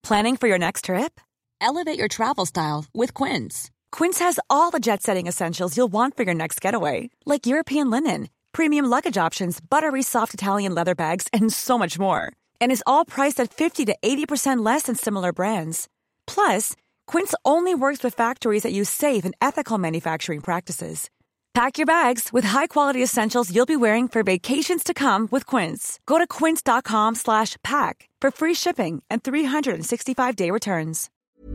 Planning for your next trip? Elevate your travel style with Quince. Quince has all the jet-setting essentials you'll want for your next getaway, like European linen, premium luggage options, buttery soft Italian leather bags, and so much more. And is all priced at 50 to 80% less than similar brands. Plus, Quince only works with factories that use safe and ethical manufacturing practices. Pack your bags with high-quality essentials you'll be wearing for vacations to come with Quince. Go to quince.com/pack for free shipping and 365-day returns.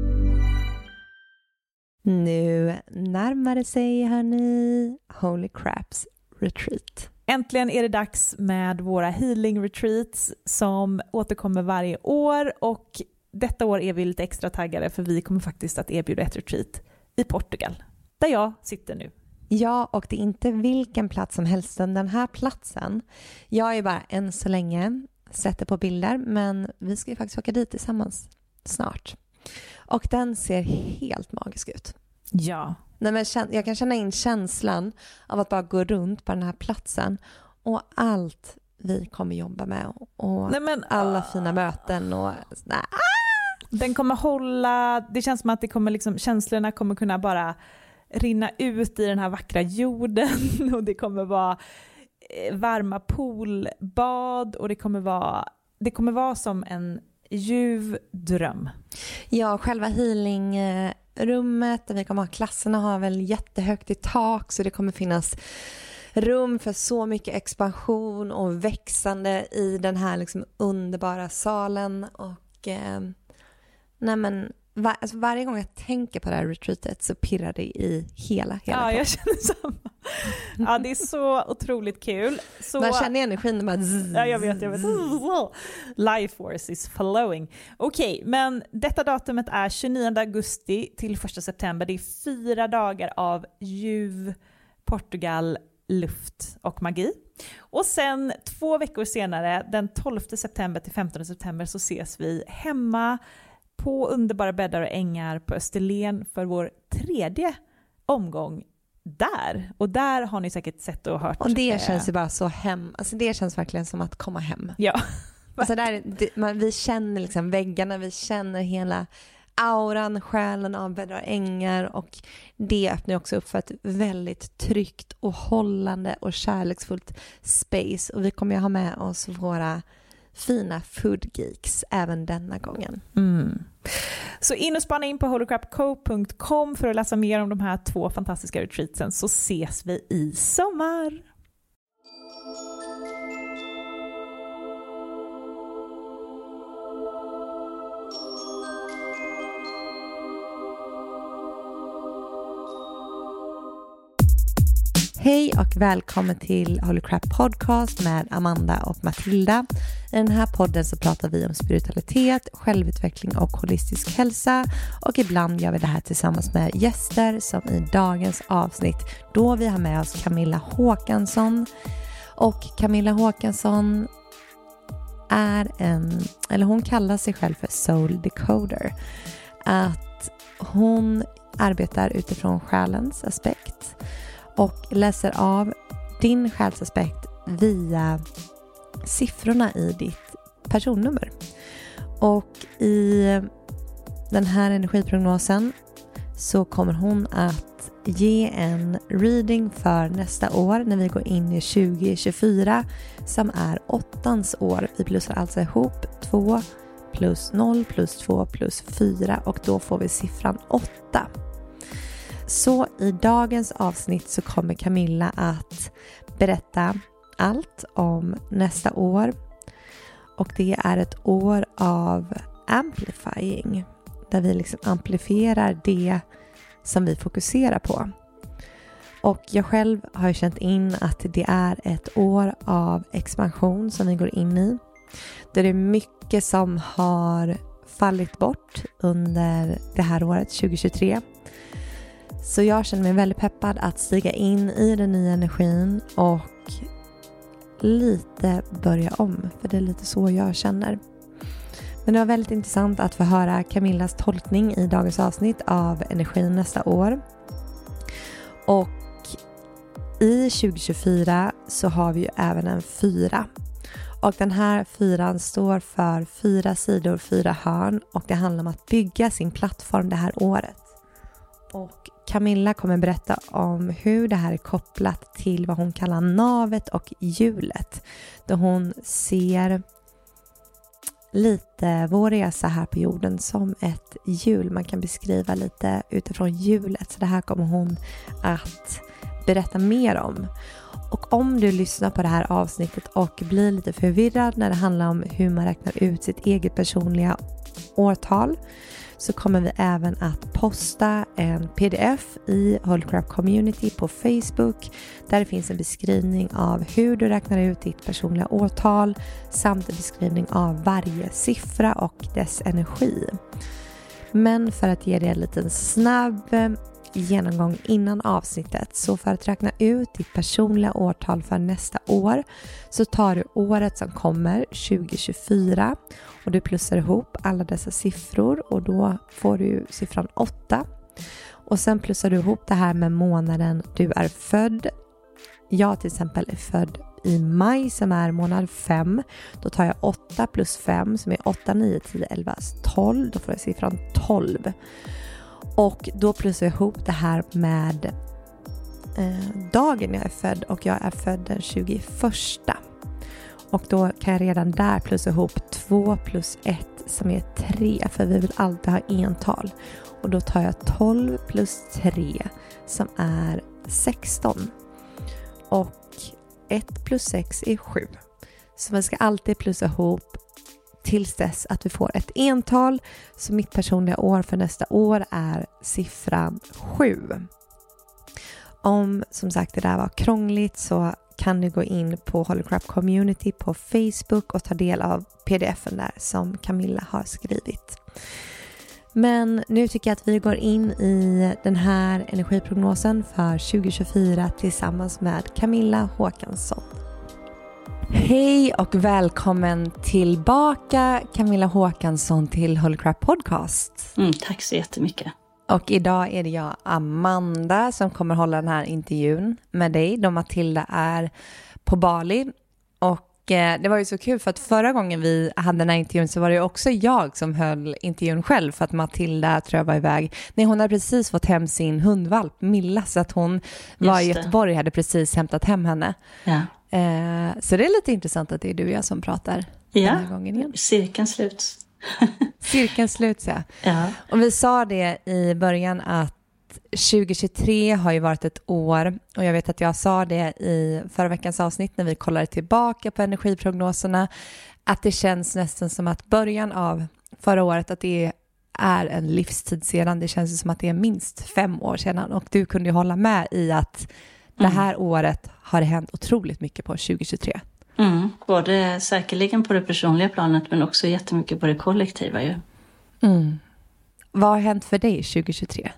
Nu närmar det sig, hörni, Holy Craps Retreat. Äntligen är det dags med våra healing retreats som återkommer varje år, och detta år är vi lite extra taggade för vi kommer faktiskt att erbjuda ett retreat i Portugal, där jag sitter nu. Ja, och det är inte vilken plats som helst. Den här platsen, jag är bara än så länge sätter på bilder, men vi ska ju faktiskt åka dit tillsammans snart. Och den ser helt magisk ut. Ja. Nej, men jag kan känna in känslan av att bara gå runt på den här platsen och allt vi kommer jobba med och alla fina möten och Den kommer hålla, det känns som att det kommer liksom, känslorna kommer kunna bara rinna ut i den här vackra jorden, och det kommer vara varma poolbad, och det kommer vara som en ljuv dröm. Ja, själva healingrummet där vi kommer ha klasserna har väl jättehögt i tak, så det kommer finnas rum för så mycket expansion och växande i den här liksom underbara salen. Och varje gång jag tänker på det här retreatet så pirrar det i hela Ja, jag känner samma. Ja, det är så otroligt kul. Man känner energin bara Ja, jag vet. Life force is flowing. Okej, men detta datumet är 29 augusti till 1 september. Det är 4 dagar av ljuv Portugal, luft och magi. Och sen 2 veckor senare, den 12 september till 15 september, så ses vi hemma på underbara bäddar och ängar på Österlen för vår 3:e omgång där. Och där har ni säkert sett och hört. Och det känns ju bara så hem. Alltså det känns verkligen som att komma hem. Ja. Alltså vi känner liksom väggarna, vi känner hela auran, själen av bäddar och ängar, och det öppnar också upp för ett väldigt tryggt och hållande och kärleksfullt space. Och vi kommer ju ha med oss våra fina food geeks även denna gången. Så in och spana in på holycrapco.com för att läsa mer om de här 2 fantastiska retreatsen, så ses vi i sommar. Hej och välkommen till Holy Crap Podcast med Amanda och Matilda. I den här podden så pratar vi om spiritualitet, självutveckling och holistisk hälsa. Och ibland gör vi det här tillsammans med gäster, som i dagens avsnitt då vi har med oss Camilla Håkansson. Och Camilla Håkansson hon kallar sig själv för Soul Decoder. Att hon arbetar utifrån själens aspekt och läser av din själsaspekt via siffrorna i ditt personnummer. Och i den här energiprognosen så kommer hon att ge en reading för nästa år när vi går in i 2024, som är 8:ans år. Vi plussar alltså ihop 2 plus 0 plus 2 plus 4 och då får vi siffran 8. Så i dagens avsnitt så kommer Camilla att berätta allt om nästa år. Och det är ett år av amplifying, där vi liksom amplifierar det som vi fokuserar på. Och jag själv har ju känt in att det är ett år av expansion som vi går in i. Det är mycket som har fallit bort under det här året 2023. Så jag känner mig väldigt peppad att stiga in i den nya energin och lite börja om. För det är lite så jag känner. Men det var väldigt intressant att få höra Camillas tolkning i dagens avsnitt av energin nästa år. Och i 2024 så har vi ju även en 4. Och den här 4 står för 4 sidor, 4 hörn. Och det handlar om att bygga sin plattform det här året. Och Camilla kommer berätta om hur det här är kopplat till vad hon kallar navet och hjulet. Då hon ser lite vår resa här på jorden som ett hjul. Man kan beskriva lite utifrån hjulet. Så det här kommer hon att berätta mer om. Och om du lyssnar på det här avsnittet och blir lite förvirrad när det handlar om hur man räknar ut sitt eget personliga årtal, så kommer vi även att posta en pdf i Holy Crap Community på Facebook, där det finns en beskrivning av hur du räknar ut ditt personliga årtal samt en beskrivning av varje siffra och dess energi. Men för att ge dig en liten snabb genomgång innan avsnittet, så för att räkna ut ditt personliga årtal för nästa år, så tar du året som kommer, 2024, och du plussar ihop alla dessa siffror och då får du siffran 8. Och sen plussar du ihop det här med månaden du är född. Jag till exempel är född i maj som är månad 5. Då tar jag 8 plus 5 som är 8, 9, 10, 11, 12. Då får jag siffran 12. Och då plussar jag ihop det här med dagen jag är född, och jag är född den 21. Och då kan jag redan där plussa ihop 2 plus 1 som är 3, för vi vill alltid ha ental. Och då tar jag 12 plus 3 som är 16. Och 1 plus 6 är 7. Så man ska alltid plussa ihop tills dess att vi får ett ental. Så mitt personliga år för nästa år är siffran 7. Om som sagt det där var krångligt, så kan du gå in på Holy Crap Community på Facebook och ta del av pdf-en där som Camilla har skrivit. Men nu tycker jag att vi går in i den här energiprognosen för 2024 tillsammans med Camilla Håkansson. Hej och välkommen tillbaka Camilla Håkansson till Holy Crap Podcast. Tack så jättemycket. Och idag är det jag, Amanda, som kommer hålla den här intervjun med dig då Matilda är på Bali. Och det var ju så kul för att förra gången vi hade den här intervjun så var det också jag som höll intervjun själv, för att Matilda tror jag var iväg. Nej, hon hade precis fått hem sin hundvalp Milla, så att hon var i Göteborg och hade precis hämtat hem henne. Ja. Så det är lite intressant att det är du och jag som pratar den här gången igen. Cirkeln sluts. Cirkeln sluts, ja. Ja. Och vi sa det i början att 2023 har ju varit ett år, och jag vet att jag sa det i förra veckans avsnitt när vi kollade tillbaka på energiprognoserna, att det känns nästan som att början av förra året, att det är en livstid sedan. Det känns som att det är minst 5 år sedan, och du kunde ju hålla med i att det här året har det hänt otroligt mycket på 2023. Både säkerligen på det personliga planet, men också jättemycket på det kollektiva ju. Vad har hänt för dig 2023?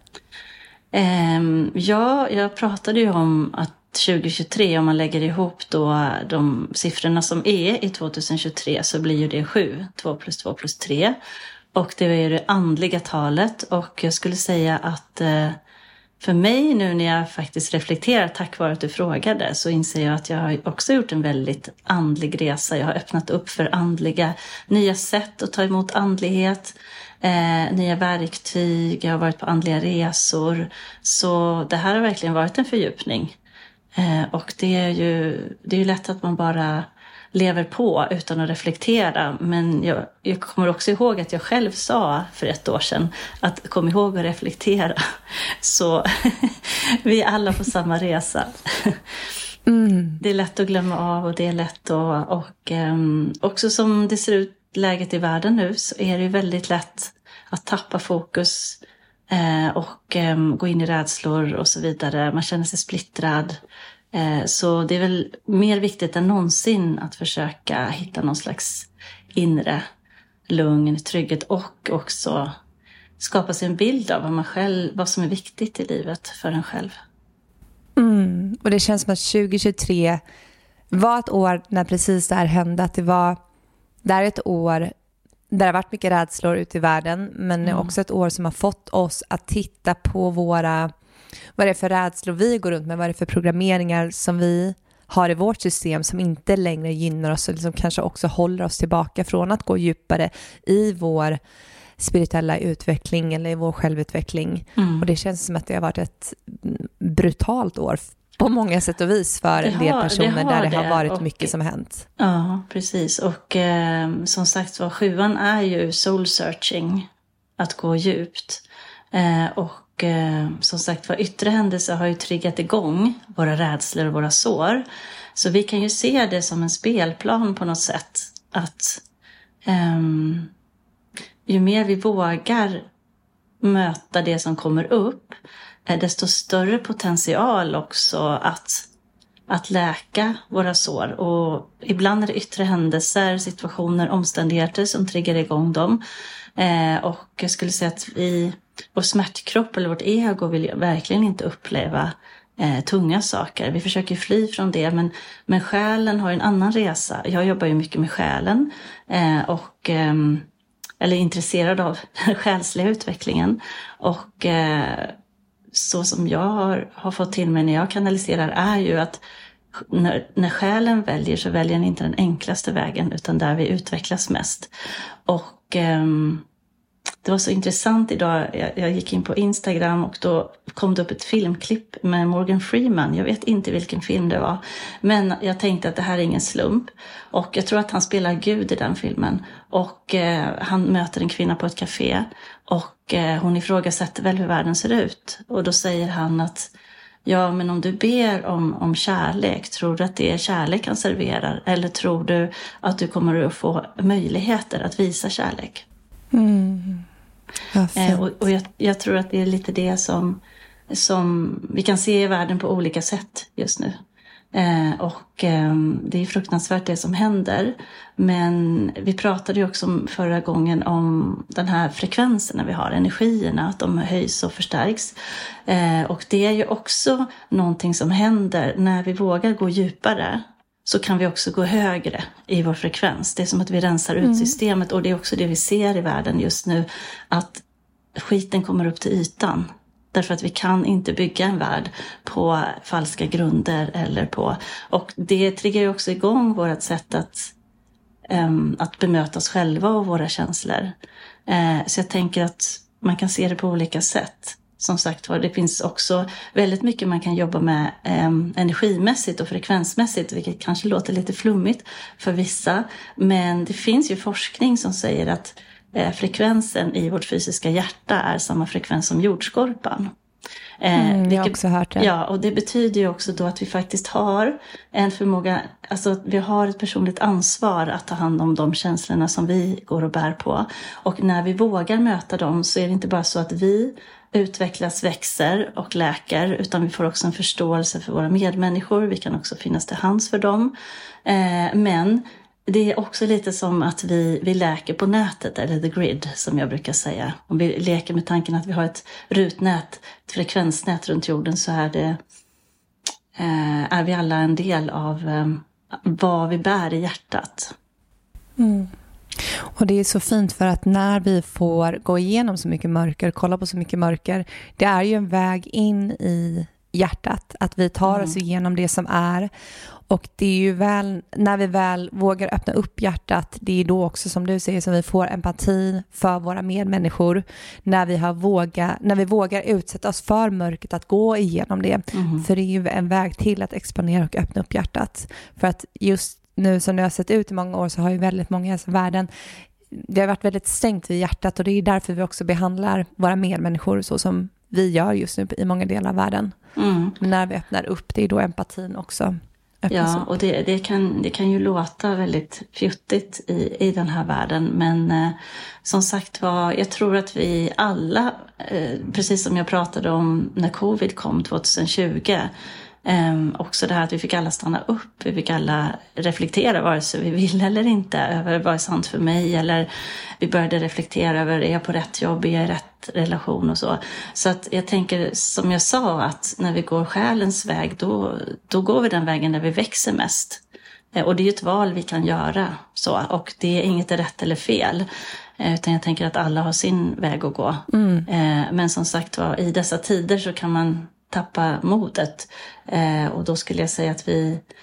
Ja, jag pratade ju om att 2023, om man lägger ihop då de siffrorna som är i 2023, så blir ju det 7. 2 plus 2 plus 3. Och det är det andliga talet. Och jag skulle säga att för mig nu när jag faktiskt reflekterar, tack vare att du frågade, så inser jag att jag har också gjort en väldigt andlig resa. Jag har öppnat upp för andliga, nya sätt att ta emot andlighet, nya verktyg, jag har varit på andliga resor. Så det här har verkligen varit en fördjupning. Och det är ju lätt att man bara lever på utan att reflektera. Men jag kommer också ihåg att jag själv sa för 1 år sedan att kom ihåg att reflektera. Så vi är alla på samma resa. Det är lätt att glömma av, och det är lätt att... Och också som det ser ut läget i världen nu, så är det ju väldigt lätt att tappa fokus och gå in i rädslor och så vidare. Man känner sig splittrad. Så det är väl mer viktigt än någonsin att försöka hitta någon slags inre lugn, trygghet, och också skapa sig en bild av vad som är viktigt i livet för en själv. Och det känns som att 2023 var ett år när precis det här hände, att det är ett år där det har varit mycket rädslor ute i världen, men det är också ett år som har fått oss att titta på vad det är för rädslor vi går runt med, vad är det för programmeringar som vi har i vårt system som inte längre gynnar oss och liksom kanske också håller oss tillbaka från att gå djupare i vår spirituella utveckling eller i vår självutveckling. Och det känns som att det har varit ett brutalt år på många sätt och vis för en del personer där det har varit mycket som har hänt. Ja, precis. Och som sagt var, 7:an är ju soul searching, att gå djupt. Och som sagt var, yttre händelser har ju triggat igång våra rädslor och våra sår. Så vi kan ju se det som en spelplan på något sätt. Att ju mer vi vågar möta det som kommer upp, desto större potential också att läka våra sår. Och ibland är det yttre händelser, situationer, omständigheter som triggar igång dem. Och jag skulle säga att vår smärtkropp eller vårt ego vill verkligen inte uppleva tunga saker. Vi försöker fly från det, men själen har en annan resa. Jag jobbar ju mycket med själen eller är intresserad av den själsliga utvecklingen. Och så som jag har fått till mig när jag kanaliserar är ju att när själen väljer så väljer den inte den enklaste vägen utan där vi utvecklas mest. Och det var så intressant idag, jag gick in på Instagram och då kom det upp ett filmklipp med Morgan Freeman. Jag vet inte vilken film det var, men jag tänkte att det här är ingen slump. Och jag tror att han spelar Gud i den filmen. Och han möter en kvinna på ett café och hon ifrågasätter väl hur världen ser ut. Och då säger han att ja, men om du ber om kärlek, tror du att det är kärlek han serverar? Eller tror du att du kommer att få möjligheter att visa kärlek? Och jag tror att det är lite det som vi kan se i världen på olika sätt just nu. Det är fruktansvärt det som händer. Men vi pratade ju också förra gången om den här frekvenserna vi har, energierna, att de höjs och förstärks. Och det är ju också någonting som händer när vi vågar gå djupare. Så kan vi också gå högre i vår frekvens. Det är som att vi rensar ut systemet. Och det är också det vi ser i världen just nu. Att skiten kommer upp till ytan. Därför att vi kan inte bygga en värld på falska grunder. Och det triggar ju också igång vårt sätt att bemöta oss själva och våra känslor. Så jag tänker att man kan se det på olika sätt. Som sagt var, det finns också väldigt mycket man kan jobba med energimässigt och frekvensmässigt, vilket kanske låter lite flummigt för vissa. Men det finns ju forskning som säger att frekvensen i vårt fysiska hjärta är samma frekvens som jordskorpan. Jag har också hört det. Ja, och det betyder ju också då att vi faktiskt har en förmåga, alltså vi har ett personligt ansvar att ta hand om de känslorna som vi går och bär på. Och när vi vågar möta dem så är det inte bara så att vi utvecklas, växer och läker, utan vi får också en förståelse för våra medmänniskor. Vi kan också finnas till hands för dem. Men det är också lite som att vi läker på nätet, eller the grid som jag brukar säga. Om vi leker med tanken att vi har ett rutnät, ett frekvensnät runt jorden, så är vi alla en del av vad vi bär i hjärtat. Och det är så fint för att när vi får gå igenom så mycket mörker, kolla på så mycket mörker, det är ju en väg in i hjärtat, att vi tar oss igenom det som är. Och det är ju väl, när vi väl vågar öppna upp hjärtat, det är då också som du säger som vi får empati för våra medmänniskor. När vi vågar utsätta oss för mörkret, att gå igenom det. För det är ju en väg till att exponera och öppna upp hjärtat. För att just nu som det har sett ut i många år så har ju väldigt många i världen, det har varit väldigt stängt vid hjärtat, och det är därför vi också behandlar våra medmänniskor så som vi gör just nu i många delar av världen. Men när vi öppnar upp, det är då empatin också öppnas upp. Och det kan ju låta väldigt fjuttigt i den här världen, men som sagt var, jag tror att vi alla, precis som jag pratade om när covid kom 2020, också det här att vi fick alla stanna upp, vi fick alla reflektera vare sig vi ville eller inte över vad är sant för mig, eller vi började reflektera över, är jag på rätt jobb, är jag i rätt relation och så. Så att jag tänker, som jag sa, att när vi går själens väg, då går vi den vägen där vi växer mest. Och det är ju ett val vi kan göra så, och det är inget rätt eller fel, utan jag tänker att alla har sin väg att gå. Men som sagt var, i dessa tider så kan man tappa modet, och då skulle jag säga att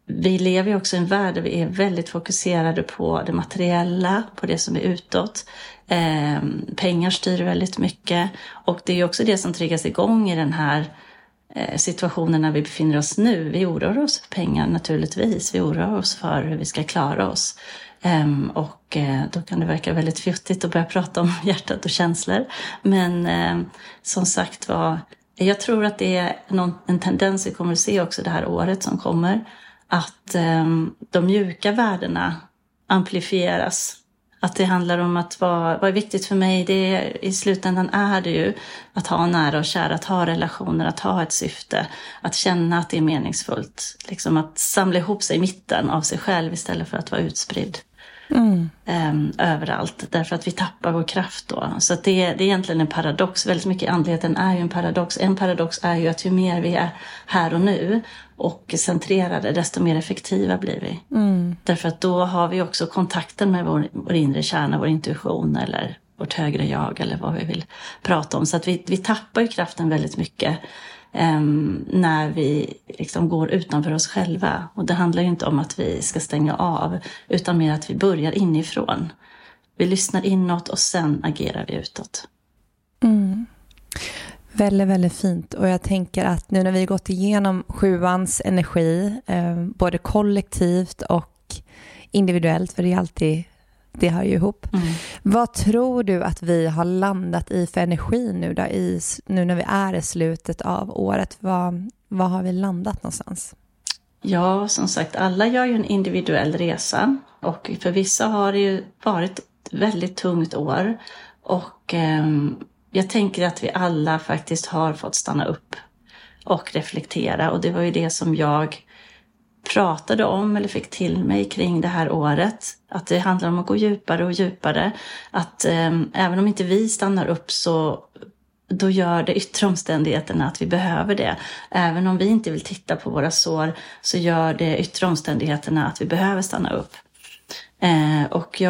vi lever ju också i en värld där vi är väldigt fokuserade på det materiella, på det som är utåt. Pengar styr väldigt mycket, och det är ju också det som triggas igång i den här situationen när vi befinner oss nu. Vi oroar oss för pengar naturligtvis, vi oroar oss för hur vi ska klara oss. Och då kan det verka väldigt fjuttigt att börja prata om hjärtat och känslor. Men som sagt var, jag tror att det är en tendens vi kommer att se också det här året som kommer. Att de mjuka värdena amplifieras. Att det handlar om att vad är viktigt för mig. I slutändan är det ju att ha nära och kära, att ha relationer, att ha ett syfte. Att känna att det är meningsfullt. Liksom att samla ihop sig i mitten av sig själv istället för att vara utspridd. Överallt, därför att vi tappar vår kraft då. Så att det är egentligen en paradox. Väldigt mycket i andligheten är ju en paradox. En paradox är ju att ju mer vi är här och nu och centrerade, desto mer effektiva blir vi. Därför att då har vi också kontakten med vår inre kärna, vår intuition eller vårt högre jag eller vad vi vill prata om. Så att vi tappar ju kraften väldigt mycket när vi liksom går utanför oss själva. Och det handlar ju inte om att vi ska stänga av, utan mer att vi börjar inifrån. Vi lyssnar inåt och sen agerar vi utåt. Väldigt, väldigt fint. Och jag tänker att nu när vi gått igenom 7:ans energi, både kollektivt och individuellt, för det är alltid, det hör ju ihop. Vad tror du att vi har landat i för energi nu då, nu när vi är i slutet av året? Vad har vi landat någonstans? Ja, som sagt, alla gör ju en individuell resa. Och för vissa har det ju varit ett väldigt tungt år. Och jag tänker att vi alla faktiskt har fått stanna upp och reflektera. Och det var ju det som jag pratade om eller fick till mig kring det här året. Att det handlar om att gå djupare och djupare. Att även om inte vi stannar upp, så då gör det yttre omständigheterna att vi behöver det. Även om vi inte vill titta på våra sår, så gör det yttre omständigheterna att vi behöver stanna upp. Och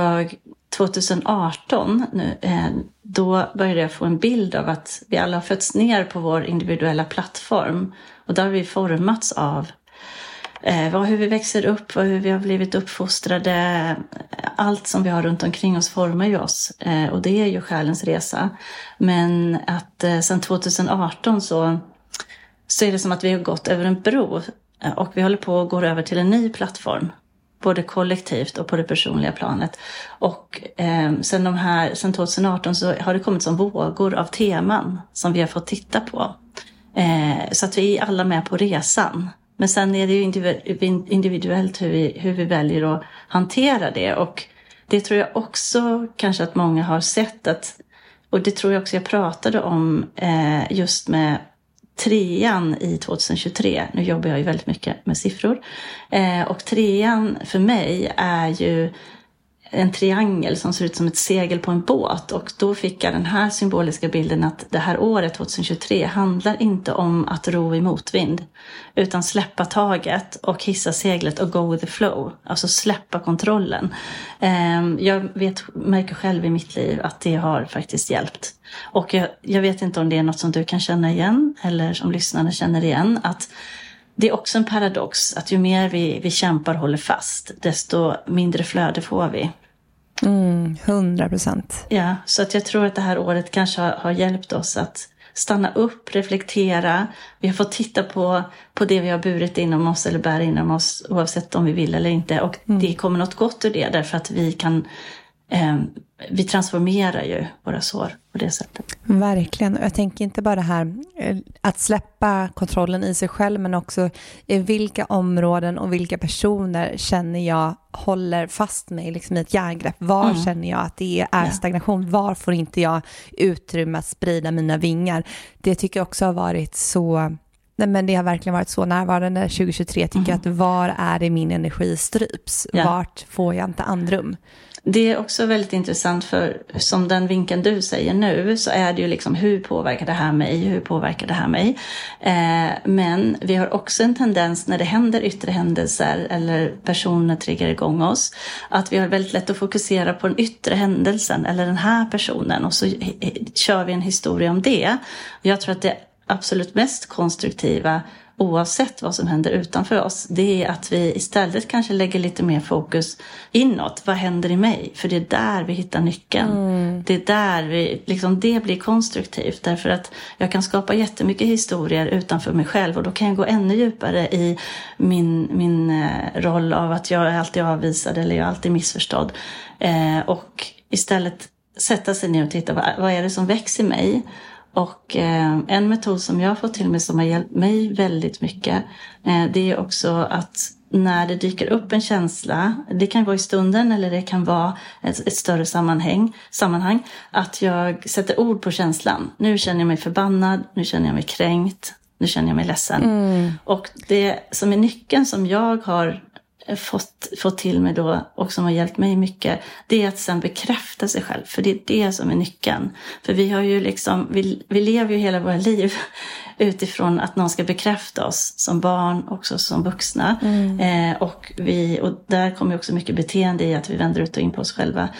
2018 då började jag få en bild av att vi alla har fötts ner på vår individuella plattform. Och där har vi formats av hur vi växer upp, hur vi har blivit uppfostrade. Allt som vi har runt omkring oss formar ju oss. Och det är ju själens resa. Men att sedan 2018 så är det som att vi har gått över en bro. Och vi håller på att gå över till en ny plattform. Både kollektivt och på det personliga planet. Och sen 2018 så har det kommit som vågor av teman som vi har fått titta på. Så att vi är alla med på resan. Men sen är det ju individuellt hur vi väljer att hantera det. Och det tror jag också kanske att många har sett. Och det tror jag också jag pratade om just med 3:an i 2023. Nu jobbar jag ju väldigt mycket med siffror. Och 3:an för mig är ju en triangel som ser ut som ett segel på en båt. Och då fick jag den här symboliska bilden att det här året 2023 handlar inte om att ro i motvind, utan släppa taget och hissa seglet och go with the flow. Alltså släppa kontrollen. Jag märker själv i mitt liv att det har faktiskt hjälpt. Och jag vet inte om det är något som du kan känna igen eller som lyssnarna känner igen, att det är också en paradox att ju mer vi kämpar och håller fast, desto mindre flöde får vi. 100%. Ja, så att jag tror att det här året kanske har hjälpt oss att stanna upp, reflektera. Vi har fått titta på det vi har burit inom oss eller bär inom oss, oavsett om vi vill eller inte. Och det kommer något gott ur det, därför att vi transformerar ju våra sår på det sättet. Verkligen. Jag tänker inte bara det här att släppa kontrollen i sig själv, men också i vilka områden och vilka personer känner jag håller fast mig liksom i ett järngrepp. Var känner jag att det är stagnation? Var får inte jag utrymme att sprida mina vingar? Det tycker jag också har varit så... Nej, men det har verkligen varit så närvarande 2023. Tycker att var är det min energi stryps? Vart får jag inte andrum? Det är också väldigt intressant, för som den vinkeln du säger nu, så är det ju liksom hur påverkar det här mig? Hur påverkar det här mig? Men vi har också en tendens när det händer yttre händelser eller personer triggar igång oss, att vi har väldigt lätt att fokusera på den yttre händelsen eller den här personen, och så kör vi en historia om det. Jag tror att det absolut mest konstruktiva oavsett vad som händer utanför oss, det är att vi istället kanske lägger lite mer fokus inåt. Vad händer i mig? För det är där vi hittar nyckeln. Det är där vi, liksom, det blir konstruktivt. Därför att jag kan skapa jättemycket historier utanför mig själv. Och då kan jag gå ännu djupare i min roll av att jag är alltid avvisad eller jag är alltid missförstådd. Och istället sätta sig ner och titta, vad är det som växer i mig? Och en metod som jag har fått till mig som har hjälpt mig väldigt mycket, det är också att när det dyker upp en känsla, det kan vara i stunden eller det kan vara ett större sammanhang, att jag sätter ord på känslan. Nu känner jag mig förbannad, nu känner jag mig kränkt, nu känner jag mig ledsen. Och det som är nyckeln som jag har fått till mig då och som har hjälpt mig mycket, det är att sen bekräfta sig själv, för det är det som är nyckeln. För vi har ju liksom, vi lever ju hela våra liv utifrån att någon ska bekräfta oss som barn, också som vuxna. Och där kommer också mycket beteende i att vi vänder ut och in på oss själva.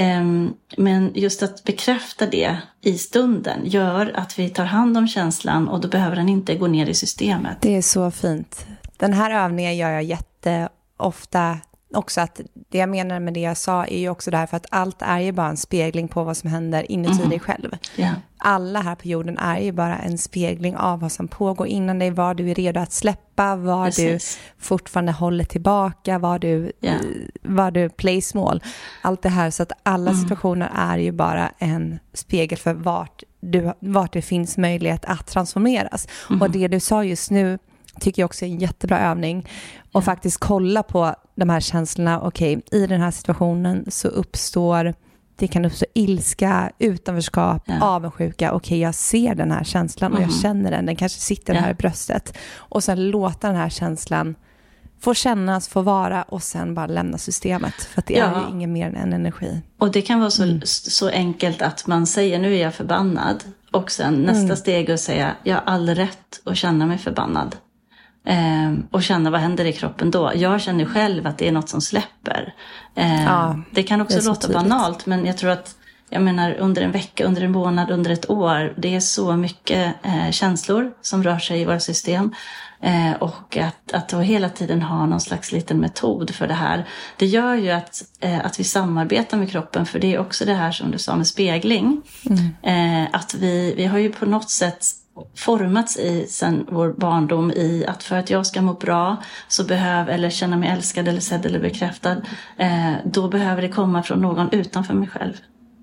Men just att bekräfta det i stunden gör att vi tar hand om känslan, och då behöver den inte gå ner i systemet. Det är så fint. Den här övningen gör jag jätteofta också, att det jag menar med det jag sa är ju också det här, för att allt är ju bara en spegling på vad som händer inuti dig själv. Yeah. Alla här på jorden är ju bara en spegling av vad som pågår inom dig, vad du är redo att släppa, vad du fortfarande håller tillbaka, vad du play small. Allt det här, så att alla situationer är ju bara en spegel för vart det finns möjlighet att transformeras. Och det du sa just nu tycker jag också är en jättebra övning. Och faktiskt kolla på de här känslorna. Okej, i den här situationen så det kan uppstå ilska, utanförskap, avundsjuka. Okej, jag ser den här känslan och jag känner den. Den kanske sitter här i bröstet. Och sen låta den här känslan få kännas, få vara, och sen bara lämna systemet. För att det är ju inget mer än en energi. Och det kan vara så enkelt att man säger, nu är jag förbannad. Och sen nästa steg är att säga, jag har all rätt att känna mig förbannad. Och känna vad händer i kroppen då. Jag känner själv att det är något som släpper. Det kan också låta banalt, men jag tror att, jag menar, under en vecka, under en månad, under ett år, det är så mycket känslor som rör sig i våra system. Och att då hela tiden ha någon slags liten metod för det här, det gör ju att vi samarbetar med kroppen. För det är också det här som du sa med spegling, att vi har ju på något sätt formats i sen vår barndom i att för att jag ska må bra eller känna mig älskad eller sedd eller bekräftad, då behöver det komma från någon utanför mig själv.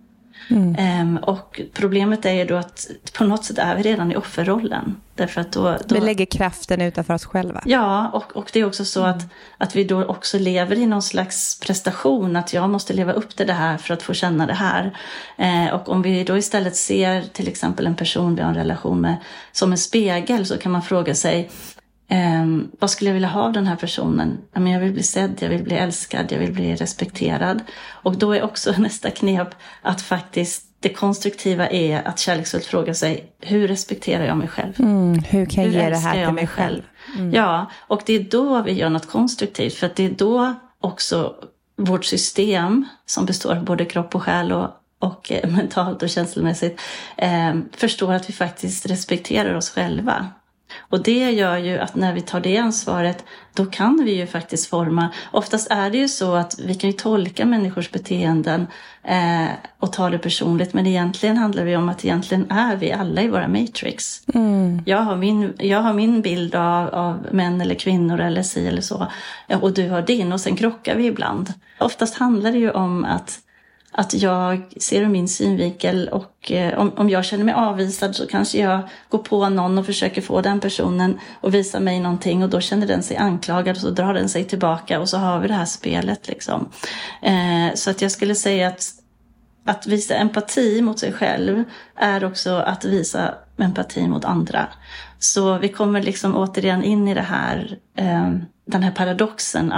Och problemet är ju då att på något sätt är vi redan i offerrollen. Därför att då vi lägger kraften utanför oss själva. Ja, och det är också så att vi då också lever i någon slags prestation. Att jag måste leva upp till det här för att få känna det här. Och om vi då istället ser till exempel en person vi har en relation med som en spegel, så kan man fråga sig, vad skulle jag vilja ha av den här personen? Jag vill bli sedd, jag vill bli älskad, jag vill bli respekterad. Och då är också nästa knep att faktiskt det konstruktiva är att kärleksfullt fråga sig, hur respekterar jag mig själv? Hur kan jag ge det här till mig själv? Ja, och det är då vi gör något konstruktivt. För att det är då också vårt system, som består av både kropp och själ och mentalt och känslomässigt, förstår att vi faktiskt respekterar oss själva. Och det gör ju att när vi tar det ansvaret, då kan vi ju faktiskt forma. Oftast är det ju så att vi kan ju tolka människors beteenden och ta det personligt. Men egentligen handlar det om att egentligen är vi alla i våra matrix. Jag har min bild av män eller kvinnor eller si eller så. Och du har din, och sen krockar vi ibland. Oftast handlar det ju om att jag ser ur min synvinkel, och om jag känner mig avvisad så kanske jag går på någon och försöker få den personen att visa mig någonting, och då känner den sig anklagad och så drar den sig tillbaka, och så har vi det här spelet liksom. Så att jag skulle säga att visa empati mot sig själv är också att visa empati mot andra. Så vi kommer liksom återigen in i det här, den här paradoxen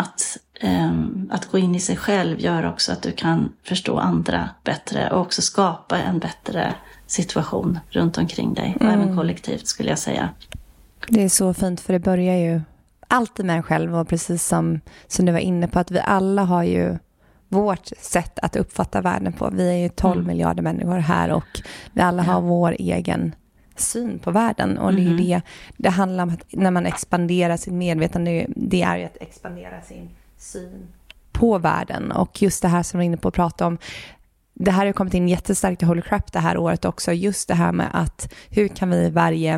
att gå in i sig själv gör också att du kan förstå andra bättre och också skapa en bättre situation runt omkring dig, och även kollektivt skulle jag säga. Det är så fint, för det börjar ju alltid med en själv, och precis som du var inne på, att vi alla har ju vårt sätt att uppfatta världen på. Vi är ju 12 miljarder människor här, och vi alla har vår egen syn på världen. Och det är det handlar om att när man expanderar sitt medvetande, det är ju att expandera sin syn på världen. Och just det här som vi är inne på att prata om, det här har kommit in jättestarkt i Holy Crap det här året också. Just det här med att hur kan vi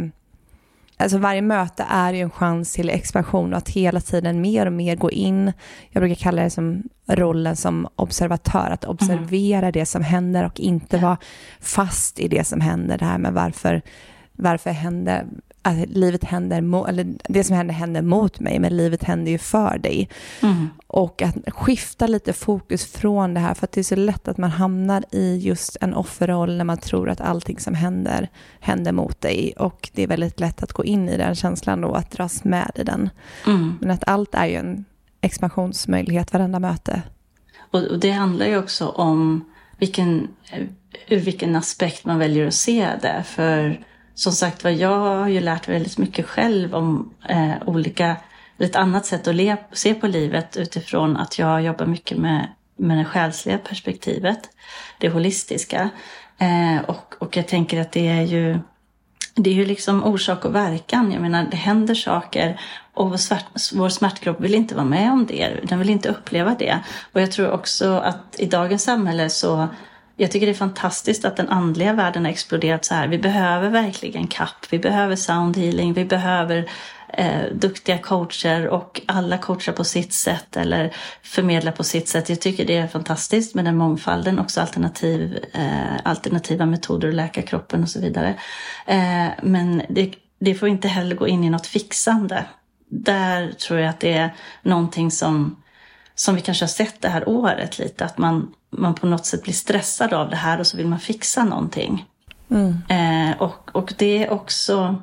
varje möte är ju en chans till expansion och att hela tiden mer och mer gå in. Jag brukar kalla det som rollen som observatör, att observera det som händer och inte vara fast i det som händer. Det här med varför händer att livet händer, eller det som händer mot mig, men livet händer ju för dig. Och att skifta lite fokus från det här, för att det är så lätt att man hamnar i just en offerroll när man tror att allting som händer mot dig, och det är väldigt lätt att gå in i den känslan och att dras med i den. Men att allt är ju en expansionsmöjlighet varenda möte. Och det handlar ju också om ur vilken aspekt man väljer att se det, för som sagt vad jag har ju lärt väldigt mycket själv om ett annat sätt att se på livet utifrån att jag jobbar mycket med det själsliga perspektivet, det holistiska. Och jag tänker att det är ju liksom orsak och verkan. Jag menar, det händer saker och vår smärtkropp vill inte vara med om det. Den vill inte uppleva det. Och jag tror också att i dagens samhälle så, jag tycker det är fantastiskt att den andliga världen har exploderat så här. Vi behöver verkligen kapp, vi behöver sound healing, vi behöver duktiga coacher, och alla coachar på sitt sätt eller förmedlar på sitt sätt. Jag tycker det är fantastiskt med den mångfalden, också alternativa metoder att läka kroppen och så vidare. Men det får inte heller gå in i något fixande. Där tror jag att det är någonting som vi kanske har sett det här året lite, att man på något sätt blir stressad av det här och så vill man fixa någonting. Och det är också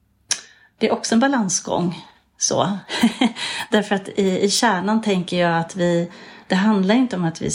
en balansgång så. Därför att i kärnan tänker jag att det handlar inte om att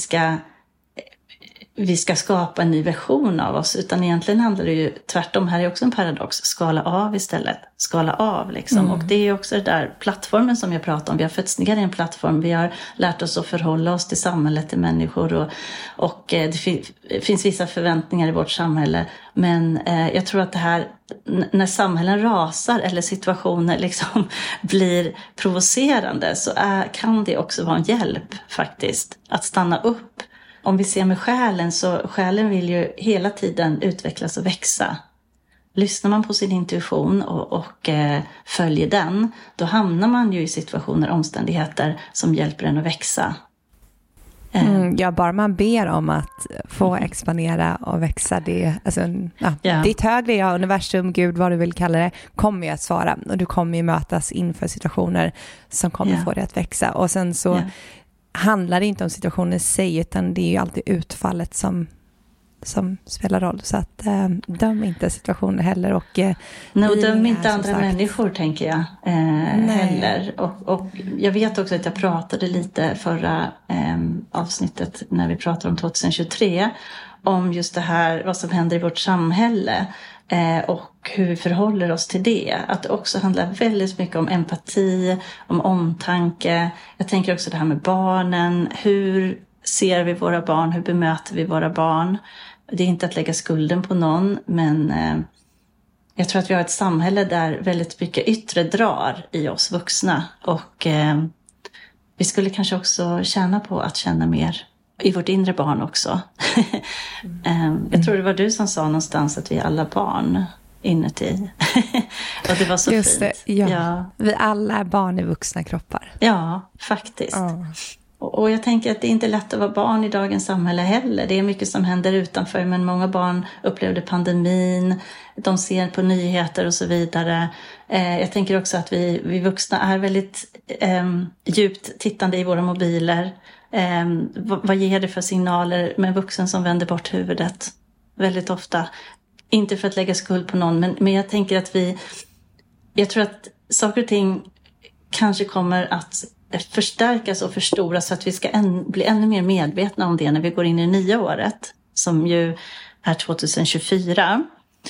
vi ska skapa en ny version av oss, utan egentligen handlar det ju tvärtom. Här är också en paradox, skala av istället, skala av liksom. Och det är också det där plattformen som jag pratar om. Vi har fötts ner i en plattform, vi har lärt oss att förhålla oss till samhället, till människor, och det finns vissa förväntningar i vårt samhälle, men jag tror att det här, när samhällen rasar eller situationer liksom blir provocerande, så kan det också vara en hjälp faktiskt att stanna upp. Om vi ser med själen, så själen vill ju hela tiden utvecklas och växa. Lyssnar man på sin intuition och följer den, då hamnar man ju i situationer, omständigheter som hjälper en att växa. Bara man ber om att få expandera och växa, ditt högre jag, universum, Gud, vad du vill kalla det, kommer ju att svara. Och du kommer ju mötas inför situationer som kommer få dig att växa. Och sen så handlar det inte om situationen i sig, utan det är ju alltid utfallet som spelar roll. Så att döm inte situationer heller. Och döm inte andra människor, tänker jag, heller. Och jag vet också att jag pratade lite förra avsnittet när vi pratade om 2023 om just det här, vad som händer i vårt samhälle. Och hur vi förhåller oss till det. Att det också handlar väldigt mycket om empati, om omtanke. Jag tänker också det här med barnen. Hur ser vi våra barn? Hur bemöter vi våra barn? Det är inte att lägga skulden på någon, men jag tror att vi har ett samhälle där väldigt mycket yttre drar i oss vuxna. Och vi skulle kanske också tjäna på att känna mer i vårt inre barn också. Jag tror det var du som sa någonstans att vi är alla barn inuti. Och det var så just fint. Det, ja. Vi alla är barn i vuxna kroppar. Ja, faktiskt. Och jag tänker att det är inte lätt att vara barn i dagens samhälle heller. Det är mycket som händer utanför, men många barn upplevde pandemin. De ser på nyheter och så vidare. Jag tänker också att vi vuxna är väldigt djupt tittande i våra mobiler. Vad ger det för signaler med en vuxen som vänder bort huvudet väldigt ofta? Inte för att lägga skuld på någon, men jag tänker att jag tror att saker och ting kanske kommer att förstärkas och förstoras så att vi ska bli ännu mer medvetna om det när vi går in i det nya året, som ju är 2024.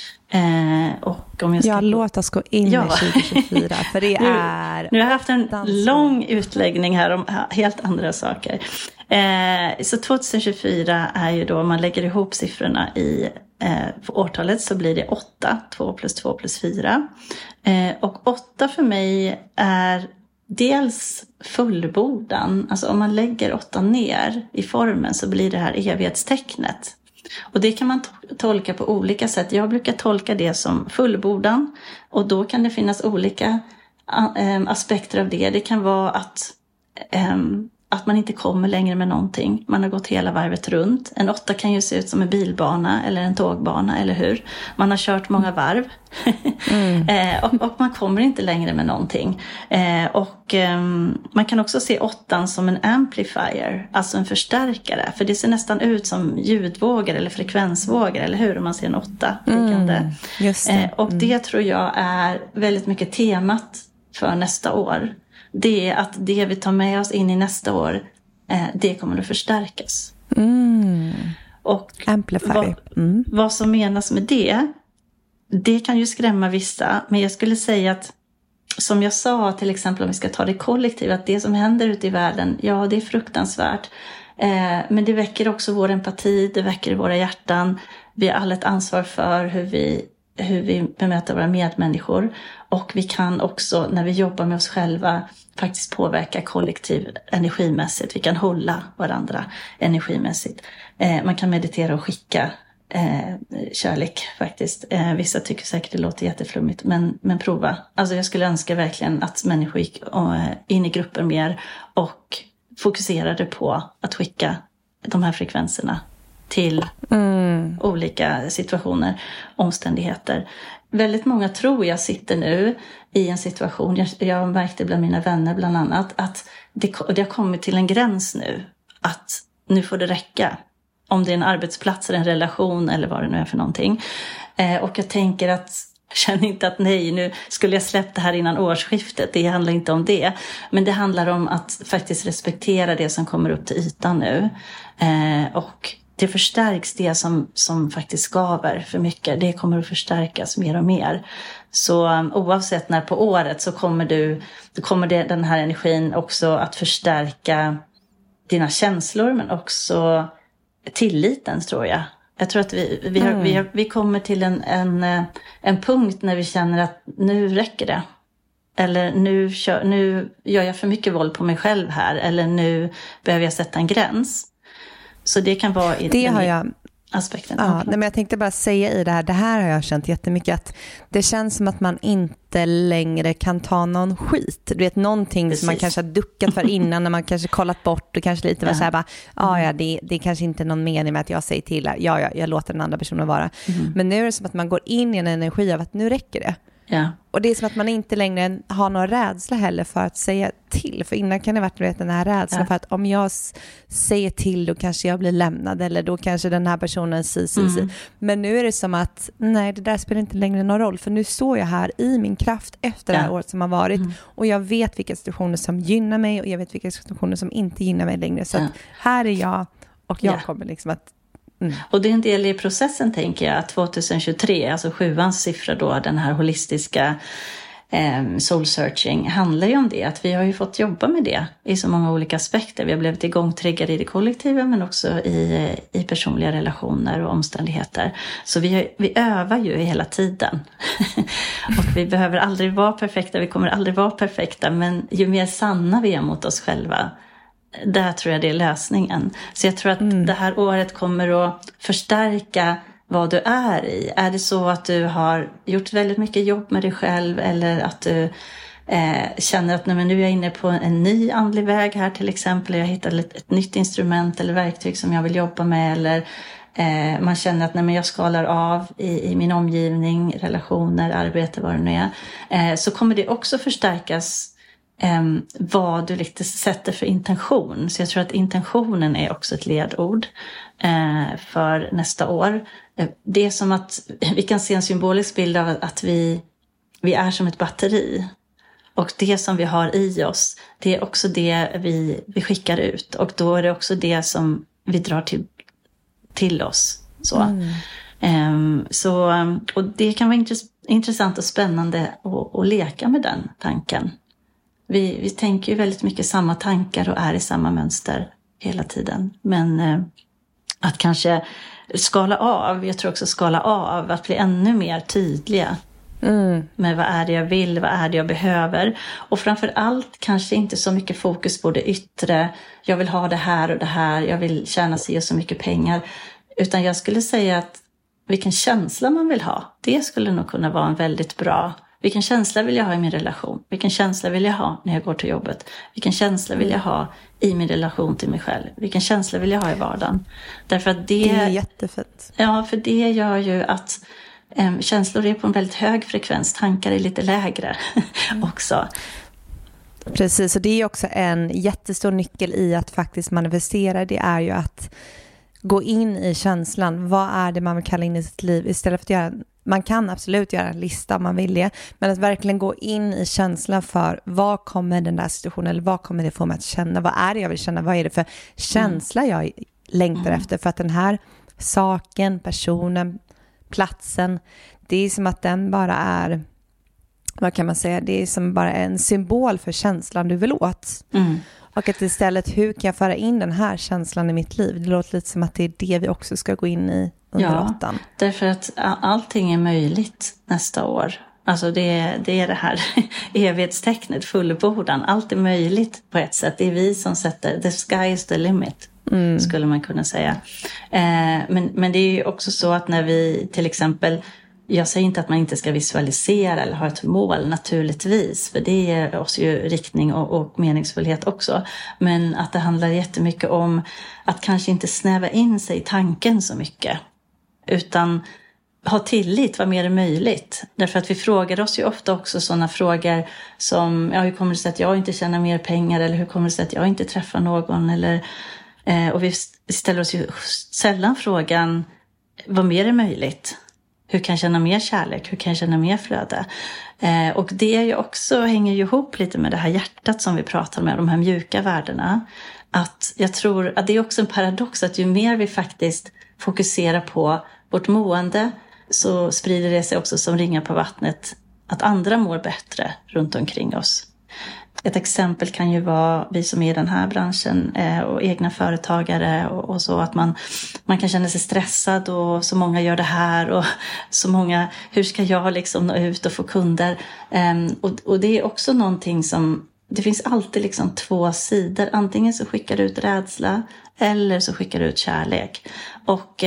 Och om jag låt oss gå in i 2024, för det är... Nu har jag haft en lång utläggning här om helt andra saker. Så 2024 är ju då, om man lägger ihop siffrorna i på årtalet så blir det 8, 2 + 2 + 4. Och 8 för mig är dels fullbordan. Alltså om man lägger 8 ner i formen så blir det här evighetstecknet. Och det kan man tolka på olika sätt. Jag brukar tolka det som fullbordan. Och då kan det finnas olika aspekter av det. Det kan vara att man inte kommer längre med någonting. Man har gått hela varvet runt. En 8 kan ju se ut som en bilbana eller en tågbana, eller hur? Man har kört många varv. Och man kommer inte längre med någonting. Man kan också se 8 som en amplifier, alltså en förstärkare. För det ser nästan ut som ljudvågor eller frekvensvågor, eller hur? Om man ser en 8. Just det. Och det tror jag är väldigt mycket temat för nästa år. Det är att det vi tar med oss in i nästa år, det kommer att förstärkas. Och Amplify. Vad som menas med det kan ju skrämma vissa. Men jag skulle säga att, som jag sa till exempel om vi ska ta det kollektivt, att det som händer ute i världen, ja det är fruktansvärt. Men det väcker också vår empati, det väcker våra hjärtan. Vi har alla ett ansvar för hur vi bemöter våra medmänniskor. Och vi kan också, när vi jobbar med oss själva, faktiskt påverka kollektiv energimässigt. Vi kan hålla varandra energimässigt. Man kan meditera och skicka kärlek faktiskt. Vissa tycker säkert det låter jätteflummigt, men prova. Alltså jag skulle önska verkligen att människor gick in i grupper mer och fokuserade på att skicka de här frekvenserna till olika situationer, omständigheter. Väldigt många tror jag sitter nu i en situation, jag märkte bland mina vänner bland annat, att det har kommit till en gräns nu. Att nu får det räcka. Om det är en arbetsplats eller en relation eller vad det nu är för någonting. Och jag tänker att, känner inte att nej, nu skulle jag släppt det här innan årsskiftet. Det handlar inte om det. Men det handlar om att faktiskt respektera det som kommer upp till ytan nu. Och det förstärks, det som faktiskt skaver för mycket. Det kommer att förstärkas mer och mer. Så oavsett när på året så kommer den här energin också att förstärka dina känslor, men också tilliten, tror jag. Jag tror att vi kommer till en punkt när vi känner att nu räcker det. Eller nu gör jag för mycket våld på mig själv här. Eller nu behöver jag sätta en gräns. Så det kan vara aspekten. Ja, men jag tänkte bara säga i det här har jag känt jättemycket, att det känns som att man inte längre kan ta någon skit. Du vet, någonting Precis. Som man kanske har duckat för innan, när man kanske kollat bort och kanske lite var så här bara, det är kanske inte någon mening med att jag säger till, jag låter den andra personen vara. Men nu är det som att man går in i en energi av att nu räcker det. Ja. Och det är som att man inte längre har någon rädsla heller för att säga till. För innan kan det varit den här rädslan för att om jag säger till, då kanske jag blir lämnad. Eller då kanske den här personen säger. Men nu är det som att nej, det där spelar inte längre någon roll. För nu står jag här i min kraft efter det här året som har varit. Och jag vet vilka situationer som gynnar mig. Och jag vet vilka situationer som inte gynnar mig längre. Så att här är jag. Och jag kommer liksom att... Och det är en del i processen, tänker jag, 2023, alltså 7:ans siffra då, den här holistiska soul searching, handlar ju om det, att vi har ju fått jobba med det i så många olika aspekter. Vi har blivit igångtriggade i det kollektiva, men också i personliga relationer och omständigheter. Så vi övar ju hela tiden. Och vi behöver aldrig vara perfekta, vi kommer aldrig vara perfekta, men ju mer sanna vi är mot oss själva, där tror jag det är lösningen. Så jag tror att det här året kommer att förstärka vad du är i. Är det så att du har gjort väldigt mycket jobb med dig själv, eller att du känner att nu är jag inne på en ny andlig väg här till exempel. Jag hittar ett nytt instrument eller verktyg som jag vill jobba med, eller man känner att jag skalar av i min omgivning, relationer, arbete, vad det nu är. Så kommer det också förstärkas vad du lite sätter för intention. Så jag tror att intentionen är också ett ledord för nästa år. Det är som att vi kan se en symbolisk bild av att vi är som ett batteri. Och det som vi har i oss, det är också det vi skickar ut. Och då är det också det som vi drar till oss. Och det kan vara intressant och spännande att leka med den tanken. Vi tänker ju väldigt mycket samma tankar och är i samma mönster hela tiden. Men att kanske skala av. Jag tror också skala av, att bli ännu mer tydliga. Men vad är det jag vill, vad är det jag behöver? Och framför allt kanske inte så mycket fokus på det yttre. Jag vill ha det här och det här, jag vill tjäna sig och så mycket pengar. Utan jag skulle säga att vilken känsla man vill ha, det skulle nog kunna vara en väldigt bra. Vilken känsla vill jag ha i min relation? Vilken känsla vill jag ha när jag går till jobbet? Vilken känsla vill jag ha i min relation till mig själv? Vilken känsla vill jag ha i vardagen? Därför att det är jättefint. Ja, för det gör ju att känslor är på en väldigt hög frekvens. Tankar är lite lägre också. Precis, och det är också en jättestor nyckel i att faktiskt manifestera. Det är ju att gå in i känslan. Vad är det man vill kalla in i sitt liv? Istället för att göra, man kan absolut göra en lista om man vill det. Men att verkligen gå in i känslan för vad kommer den där situationen, eller vad kommer det få mig att känna? Vad är det jag vill känna? Vad är det för känsla jag längtar efter? För att den här saken, personen, platsen, det är som att den bara är, vad kan man säga, det är som bara en symbol för känslan du vill åt. Och att istället, hur kan jag föra in den här känslan i mitt liv? Det låter lite som att det är det vi också ska gå in i under 8. Därför att allting är möjligt nästa år. Alltså det är det här evighetstecknet, fullbordan. Allt är möjligt på ett sätt. Det är vi som sätter, the sky is the limit, skulle man kunna säga. Men det är ju också så att när vi till exempel, jag säger inte att man inte ska visualisera eller ha ett mål naturligtvis, för det ger oss ju riktning och meningsfullhet också. Men att det handlar jättemycket om att kanske inte snäva in sig i tanken så mycket, utan ha tillit, vad mer är möjligt. Därför att vi frågar oss ju ofta också sådana frågor som, ja, hur kommer det sig att jag inte tjänar mer pengar, eller hur kommer det sig att jag inte träffar någon, eller, och vi ställer oss ju sällan frågan, vad mer är möjligt? Hur kan jag känna mer kärlek? Hur kan jag känna mer flöde? Och det är ju också, hänger ju ihop lite med det här hjärtat som vi pratar med, de här mjuka värdena. Att jag tror att det är också en paradox, att ju mer vi faktiskt fokuserar på vårt mående, så sprider det sig också som ringar på vattnet att andra mår bättre runt omkring oss. Ett exempel kan ju vara vi som är i den här branschen och egna företagare och så, att man kan känna sig stressad, och så många gör det här och så många, hur ska jag liksom nå ut och få kunder? Och det är också någonting som, det finns alltid liksom 2 sidor. Antingen så skickar du ut rädsla eller så skickar du ut kärlek. Och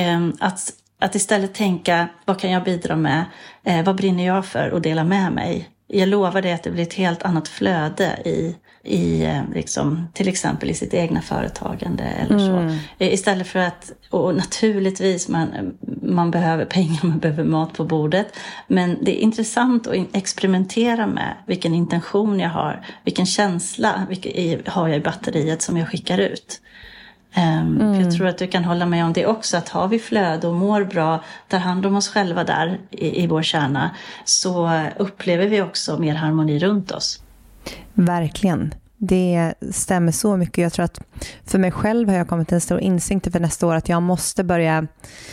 att istället tänka, vad kan jag bidra med? Vad brinner jag för och dela med mig? Jag lovar dig att det blir ett helt annat flöde i liksom, till exempel i sitt egna företagande eller så. Istället för att, och naturligtvis man behöver pengar, man behöver mat på bordet. Men det är intressant att experimentera med vilken intention jag har, vilken känsla har jag i batteriet som jag skickar ut. Jag tror att du kan hålla med om det också, att har vi flöde och mår bra, tar hand om oss själva där i vår kärna, så upplever vi också mer harmoni runt oss. Verkligen. Det stämmer så mycket. Jag tror att för mig själv har jag kommit till en stor insikt för nästa år att jag måste börja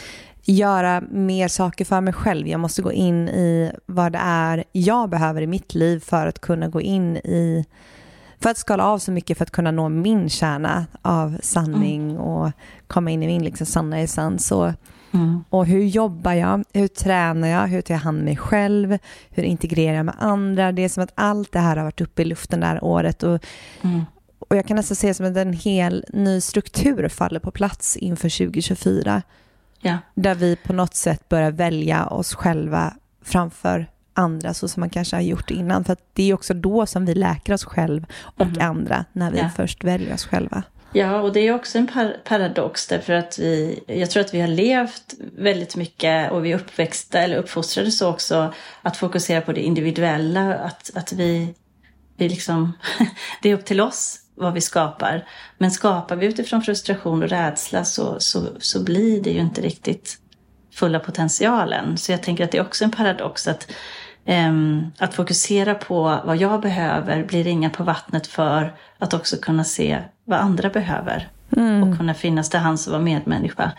göra mer saker för mig själv. Jag måste gå in i vad det är jag behöver i mitt liv för att kunna gå in i, för att skala av så mycket för att kunna nå min kärna av sanning och komma in i min liksom sanna essens. Och hur jobbar jag? Hur tränar jag? Hur tar jag hand om mig själv? Hur integrerar jag med andra? Det är som att allt det här har varit uppe i luften det här året. Och jag kan nästan se som att en hel ny struktur faller på plats inför 2024. Ja. Där vi på något sätt börjar välja oss själva framför andra, så som man kanske har gjort innan. För att det är också då som vi läker oss själv och andra, när vi först väljer oss själva. Ja, och det är också en paradox, därför att jag tror att vi har levt väldigt mycket, och vi är uppväxta eller uppfostrade så också, att fokusera på det individuella, att vi liksom det är upp till oss vad vi skapar. Men skapar vi utifrån frustration och rädsla så blir det ju inte riktigt fulla potentialen. Så jag tänker att det är också en paradox att fokusera på vad jag behöver blir ringar på vattnet för att också kunna se vad andra behöver och kunna finnas till hands och vara medmänniska.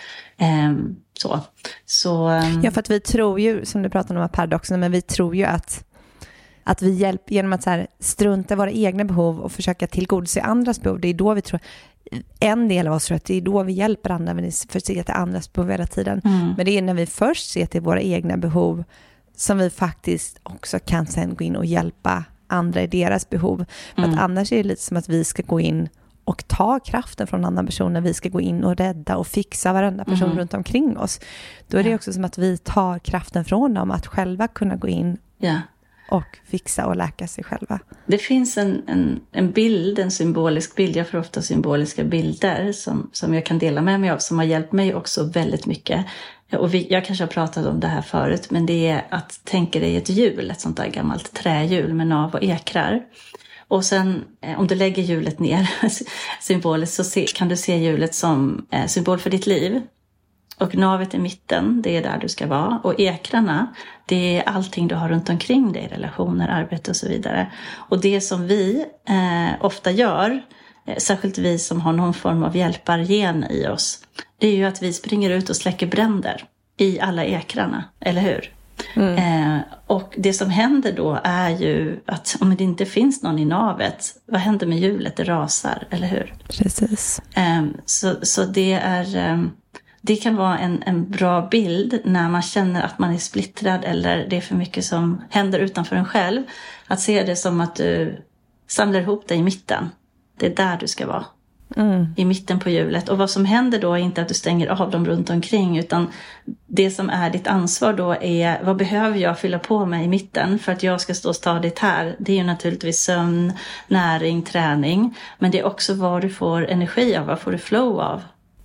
Ja, för att vi tror ju, som du pratade om paradoxen, men vi tror ju att vi hjälper genom att så här strunta våra egna behov och försöka tillgodose andras behov. Det är då vi tror, en del av oss tror att det är då vi hjälper andra, men för att se till andras behov hela tiden. Men det är när vi först ser till våra egna behov som vi faktiskt också kan sen gå in och hjälpa andra i deras behov. För att annars är det lite som att vi ska gå in och ta kraften från andra personer. Vi ska gå in och rädda och fixa varenda person runt omkring oss. Då är det också som att vi tar kraften från dem att själva kunna gå in och fixa och läka sig själva. Det finns en bild, en symbolisk bild. Jag får ofta symboliska bilder som jag kan dela med mig av, som har hjälpt mig också väldigt mycket. Och jag kanske har pratat om det här förut, men det är att tänka dig ett hjul, ett sånt där gammalt trähjul med nav och ekrar. Och sen om du lägger hjulet ner symboliskt så kan du se hjulet som symbol för ditt liv. Och navet i mitten, det är där du ska vara. Och ekrarna, det är allting du har runt omkring dig, relationer, arbete och så vidare. Och det som vi ofta gör, särskilt vi som har någon form av hjälpargen i oss, det är ju att vi springer ut och släcker bränder i alla ekrarna, eller hur? Och det som händer då är ju att om det inte finns någon i navet, vad händer med hjulet? Det rasar, eller hur? Precis. Så det kan vara en bra bild när man känner att man är splittrad eller det är för mycket som händer utanför en själv. Att se det som att du samlar ihop dig i mitten. Det är där du ska vara. I mitten på hjulet. Och vad som händer då är inte att du stänger av dem runt omkring, utan det som är ditt ansvar då är, vad behöver jag fylla på med i mitten för att jag ska stå stadigt här? Det är ju naturligtvis sömn, näring, träning, men det är också vad du får energi av, vad får du flow av.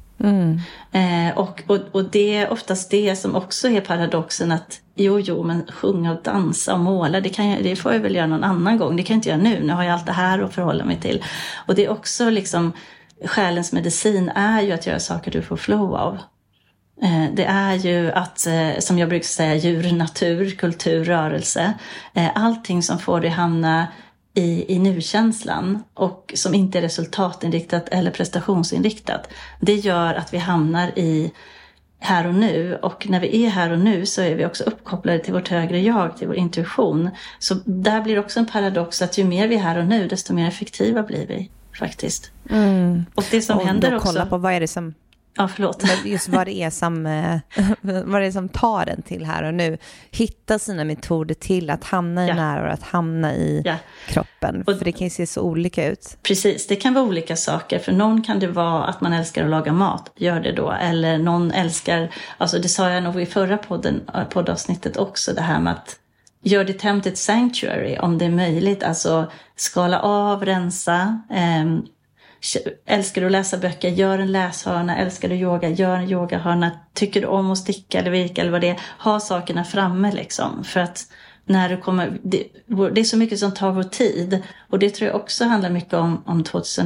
Och det är oftast det som också är paradoxen, att men sjunga och dansa och måla, det får jag väl göra någon annan gång, det kan jag inte göra nu har jag allt det här att förhålla mig till. Och det är också liksom, själens medicin är ju att göra saker du får flow av. Det är ju att, som jag brukar säga, djur, natur, kultur, rörelse, allting som får dig hamna i nu-känslan och som inte är resultatinriktat eller prestationsinriktat, det gör att vi hamnar i här och nu, och när vi är här och nu så är vi också uppkopplade till vårt högre jag, till vår intuition. Så där blir också en paradox att ju mer vi är här och nu, desto mer effektiva blir vi faktiskt. Och det som händer också... Kolla på vad är det som... Ja, förlåt. Just vad det är som tar den till här och nu. Hitta sina metoder till att hamna i närvaro, att hamna i kroppen. För det kan ju se så olika ut. Precis, det kan vara olika saker. För någon kan det vara att man älskar att laga mat. Gör det då. Eller någon älskar, alltså det sa jag nog i förra poddavsnittet också, det här med att gör ditt hem till ett sanctuary om det är möjligt. Alltså skala av, rensa. Älskar du att läsa böcker, gör en läshörna. Älskar du yoga, gör en yogahörna. Tycker du om att sticka eller virka eller vad det är, ha sakerna framme liksom. För att när du kommer, det är så mycket som tar vår tid. Och det tror jag också handlar mycket om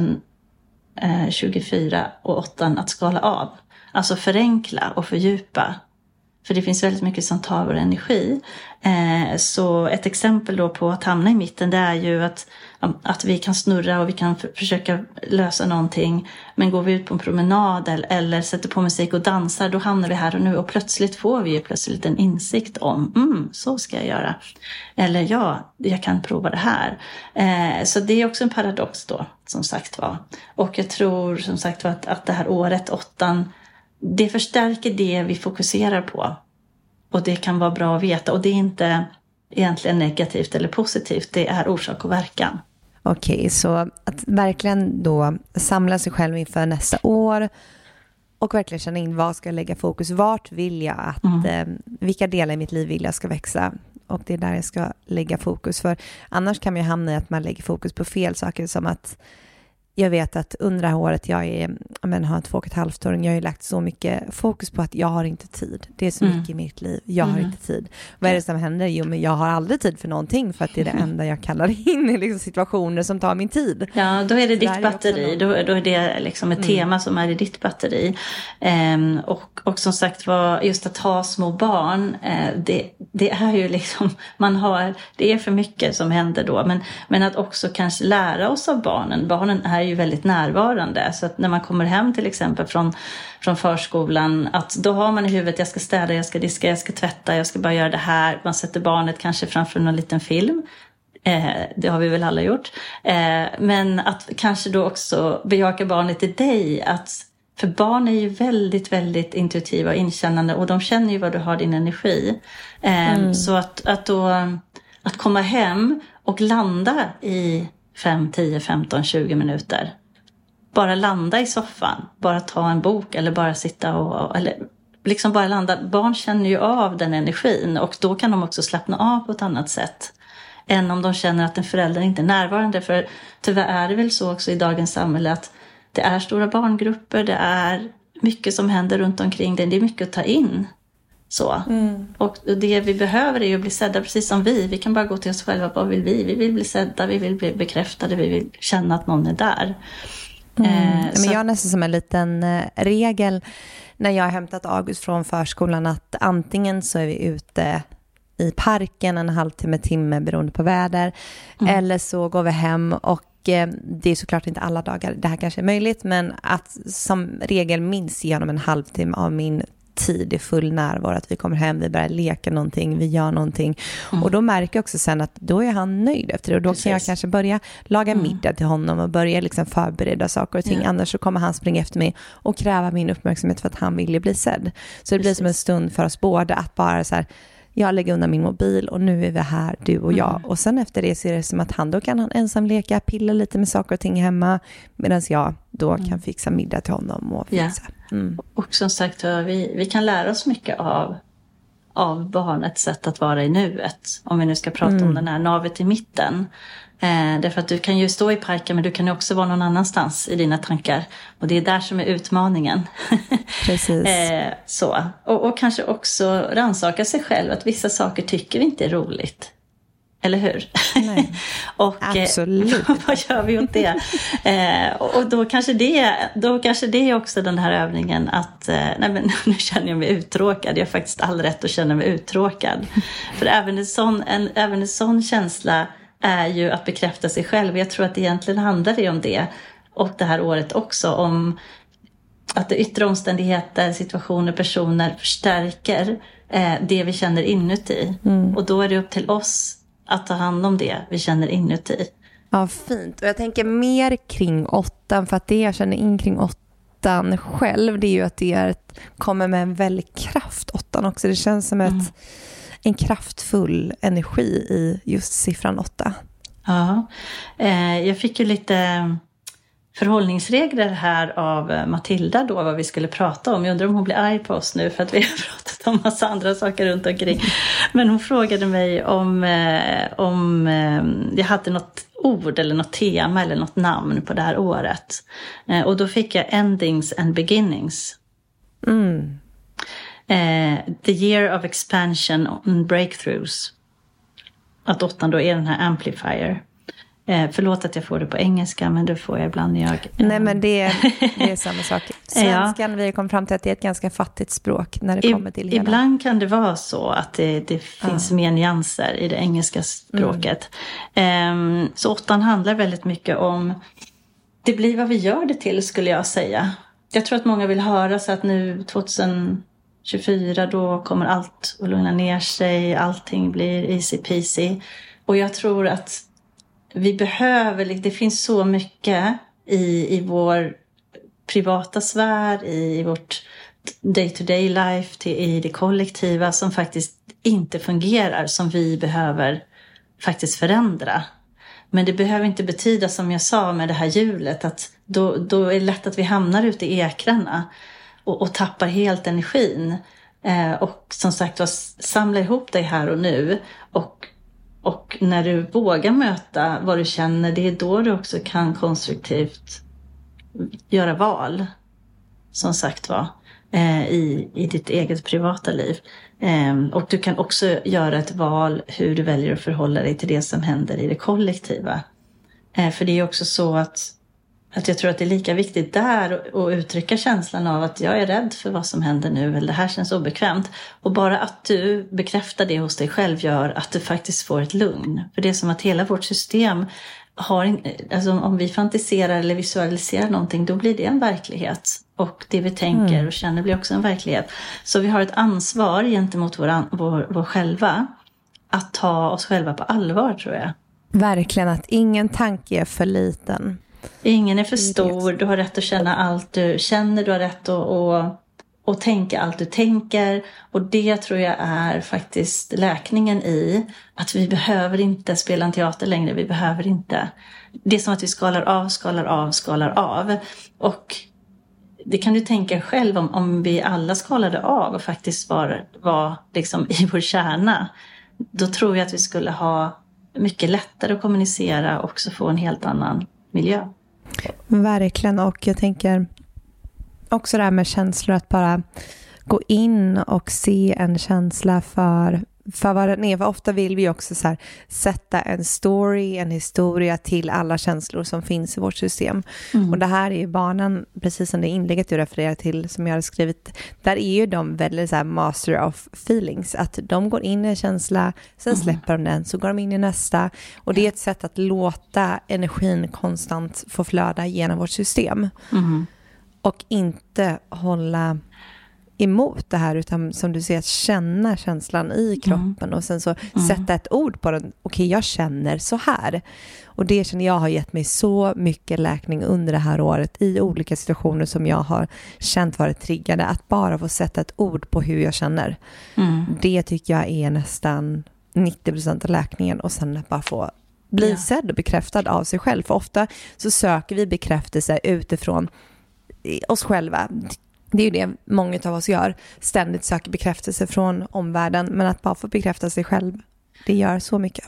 2024 och 8, att skala av. Alltså förenkla och fördjupa. För det finns väldigt mycket som tar vår energi. Så ett exempel då på att hamna i mitten, det är ju att vi kan snurra och vi kan försöka lösa någonting. Men går vi ut på en promenad eller sätter på musik och dansar, då hamnar vi här och nu. Och plötsligt får vi ju plötsligt en insikt om, så ska jag göra. Eller jag kan prova det här. Så det är också en paradox då, som sagt var. Och jag tror som sagt var att det här året 8, det förstärker det vi fokuserar på. Och det kan vara bra att veta. Och det är inte egentligen negativt eller positivt. Det är orsak och verkan. Okej, så att verkligen då samla sig själv inför nästa år. Och verkligen känna in, vad ska jag lägga fokus? Vart vill jag att, vilka delar i mitt liv vill jag ska växa? Och det är där jag ska lägga fokus. För annars kan man ju hamna i att man lägger fokus på fel saker, som att jag vet att under det här året jag har en 2,5-åring, jag har ju lagt så mycket fokus på att jag har inte tid. Det är så mycket i mitt liv. Jag har inte tid. Vad är det som händer? Jo, men jag har aldrig tid för någonting, för att det är det enda jag kallar in i liksom situationer som tar min tid. Ja, då är det ditt batteri. Då är det liksom ett tema som är i ditt batteri. Och som sagt var, just att ha små barn, det är ju liksom, det är för mycket som händer då. Men att också kanske lära oss av barnen. Barnen är ju väldigt närvarande, så att när man kommer hem till exempel från förskolan, att då har man i huvudet, jag ska städa, jag ska diska, jag ska tvätta, jag ska bara göra det här. Man sätter barnet kanske framför någon liten film. Det har vi väl alla gjort. Men att kanske då också bejaka barnet i dig. För barn är ju väldigt, väldigt intuitiva och inkännande. Och de känner ju vad du har din energi. Så att komma hem och landa i 5, 10, 15, 20 minuter. Bara landa i soffan. Bara ta en bok eller bara sitta eller liksom bara landa. Barn känner ju av den energin. Och då kan de också slappna av på ett annat sätt. Än om de känner att en förälder inte är närvarande. För tyvärr är det väl så också i dagens samhälle att det är stora barngrupper. Det är mycket som händer runt omkring det. Det är mycket att ta in. Så. Och det vi behöver är ju att bli sedda precis som vi. Vi kan bara gå till oss själva. Vad vill vi? Vi vill bli sedda. Vi vill bli bekräftade. Vi vill känna att någon är där. Men jag har nästan som en liten regel när jag har hämtat August från förskolan att antingen så är vi ute i parken en halvtimme, timme beroende på väder. Eller så går vi hem och det är såklart inte alla dagar det här kanske är möjligt, men att som regel minst genom en halvtimme av min tid i full närvaro, att vi kommer hem, vi börjar leka någonting, vi gör någonting. Och då märker jag också sen att då är han nöjd efter det och då kan jag kanske börja laga middag till honom och börja liksom förbereda saker och ting. Annars så kommer han springa efter mig och kräva min uppmärksamhet för att han vill ju bli sedd. Så det blir som en stund för oss båda att bara så här, jag lägger undan min mobil och nu är vi här, du och jag. Och sen efter det så är det som att då kan han ensam leka, pilla lite med saker och ting hemma. Medan jag då kan fixa middag till honom och fixa. Och som sagt, vi kan lära oss mycket av barnets sätt att vara i nuet. Om vi nu ska prata om den här navet i mitten. Därför att du kan ju stå i parken, men du kan ju också vara någon annanstans i dina tankar. Och det är där som är utmaningen. Precis. Så. Och kanske också rannsaka sig själv att vissa saker tycker vi inte är roligt. Eller hur? Nej. Och absolut. Vad gör vi åt det? Och då kanske det är också den här övningen att nej men nu känner jag mig uttråkad. Jag har faktiskt all rätt att känna mig uttråkad. För även en sån känsla är ju att bekräfta sig själv. Jag tror att egentligen handlar det om det. Och det här året också om att det yttre omständigheter, situationer, personer förstärker det vi känner inuti. Och då är det upp till oss att ta hand om det vi känner inuti. Ja, fint. Och jag tänker mer kring 8, för att det jag känner in kring 8 själv, det är ju att det kommer med en väldig kraft 8 också. Det känns som en kraftfull energi i just siffran 8. Ja, jag fick ju lite förhållningsregler här av Matilda då, vad vi skulle prata om. Jag undrar om hon blir arg på oss nu för att vi har pratat om massa andra saker runt omkring. Men hon frågade mig om jag hade något ord eller något tema eller något namn på det här året. Och då fick jag endings and beginnings. The year of expansion and breakthroughs. Att 8 då är den här amplifier. Förlåt att jag får det på engelska, men det får jag ibland när jag... Nej, men det är samma sak. Svenskan, vi kom fram till att det är ett ganska fattigt språk när det kommer till hela. Ibland kan det vara så att det finns mer nyanser i det engelska språket. Så 8 handlar väldigt mycket om... Det blir vad vi gör det till, skulle jag säga. Jag tror att många vill höra så att nu 2024 då kommer allt att lugna ner sig. Allting blir easy peasy. Och jag tror att vi behöver, det finns så mycket i vår privata sfär, i vårt day-to-day life, i det kollektiva som faktiskt inte fungerar, som vi behöver faktiskt förändra. Men det behöver inte betyda, som jag sa med det här hjulet, att då är det lätt att vi hamnar ute i ekrarna och tappar helt energin. Och som sagt, samla ihop dig här och nu och när du vågar möta vad du känner, det är då du också kan konstruktivt göra val. Som sagt var, i ditt eget privata liv. Och du kan också göra ett val hur du väljer att förhålla dig till det som händer i det kollektiva. För det är också så att jag tror att det är lika viktigt där att uttrycka känslan av att jag är rädd för vad som händer nu, eller det här känns obekvämt. Och bara att du bekräftar det hos dig själv gör att du faktiskt får ett lugn. För det är som att hela vårt system har, alltså om vi fantiserar eller visualiserar någonting, då blir det en verklighet. Och det vi tänker och känner blir också en verklighet. Så vi har ett ansvar gentemot vår själva att ta oss själva på allvar, tror jag. Verkligen, att ingen tanke är för liten. Ingen är för stor. Du har rätt att känna allt du känner. Du har rätt att tänka allt du tänker. Och det tror jag är faktiskt läkningen i att vi behöver inte spela en teater längre. Vi behöver inte. Det är som att vi skalar av. Och det kan du tänka själv om vi alla skalade av och faktiskt var liksom i vår kärna. Då tror jag att vi skulle ha mycket lättare att kommunicera och också få en helt annan miljö. Verkligen, och jag tänker också det här med känslor, att bara gå in och se en känsla för vad den är. För ofta vill vi också så här, sätta en story, en historia till alla känslor som finns i vårt system. Och det här är ju barnen, precis som det inlägget du refererar till som jag har skrivit, där är ju de väldigt så här master of feelings, att de går in i en känsla, sen släpper de den, så går de in i nästa, och det är ett sätt att låta energin konstant få flöda genom vårt system och inte hålla emot det här, utan som du säger, att känna känslan i kroppen och sen så sätta ett ord på den. Okej, jag känner så här. Och det känner jag har gett mig så mycket läkning under det här året i olika situationer som jag har känt varit triggade, att bara få sätta ett ord på hur jag känner. Det tycker jag är nästan 90% av läkningen, och sen att bara få bli sedd och bekräftad av sig själv. För ofta så söker vi bekräftelse utifrån oss själva. Det är ju det många av oss gör. Ständigt söker bekräftelse från omvärlden. Men att bara få bekräfta sig själv, det gör så mycket.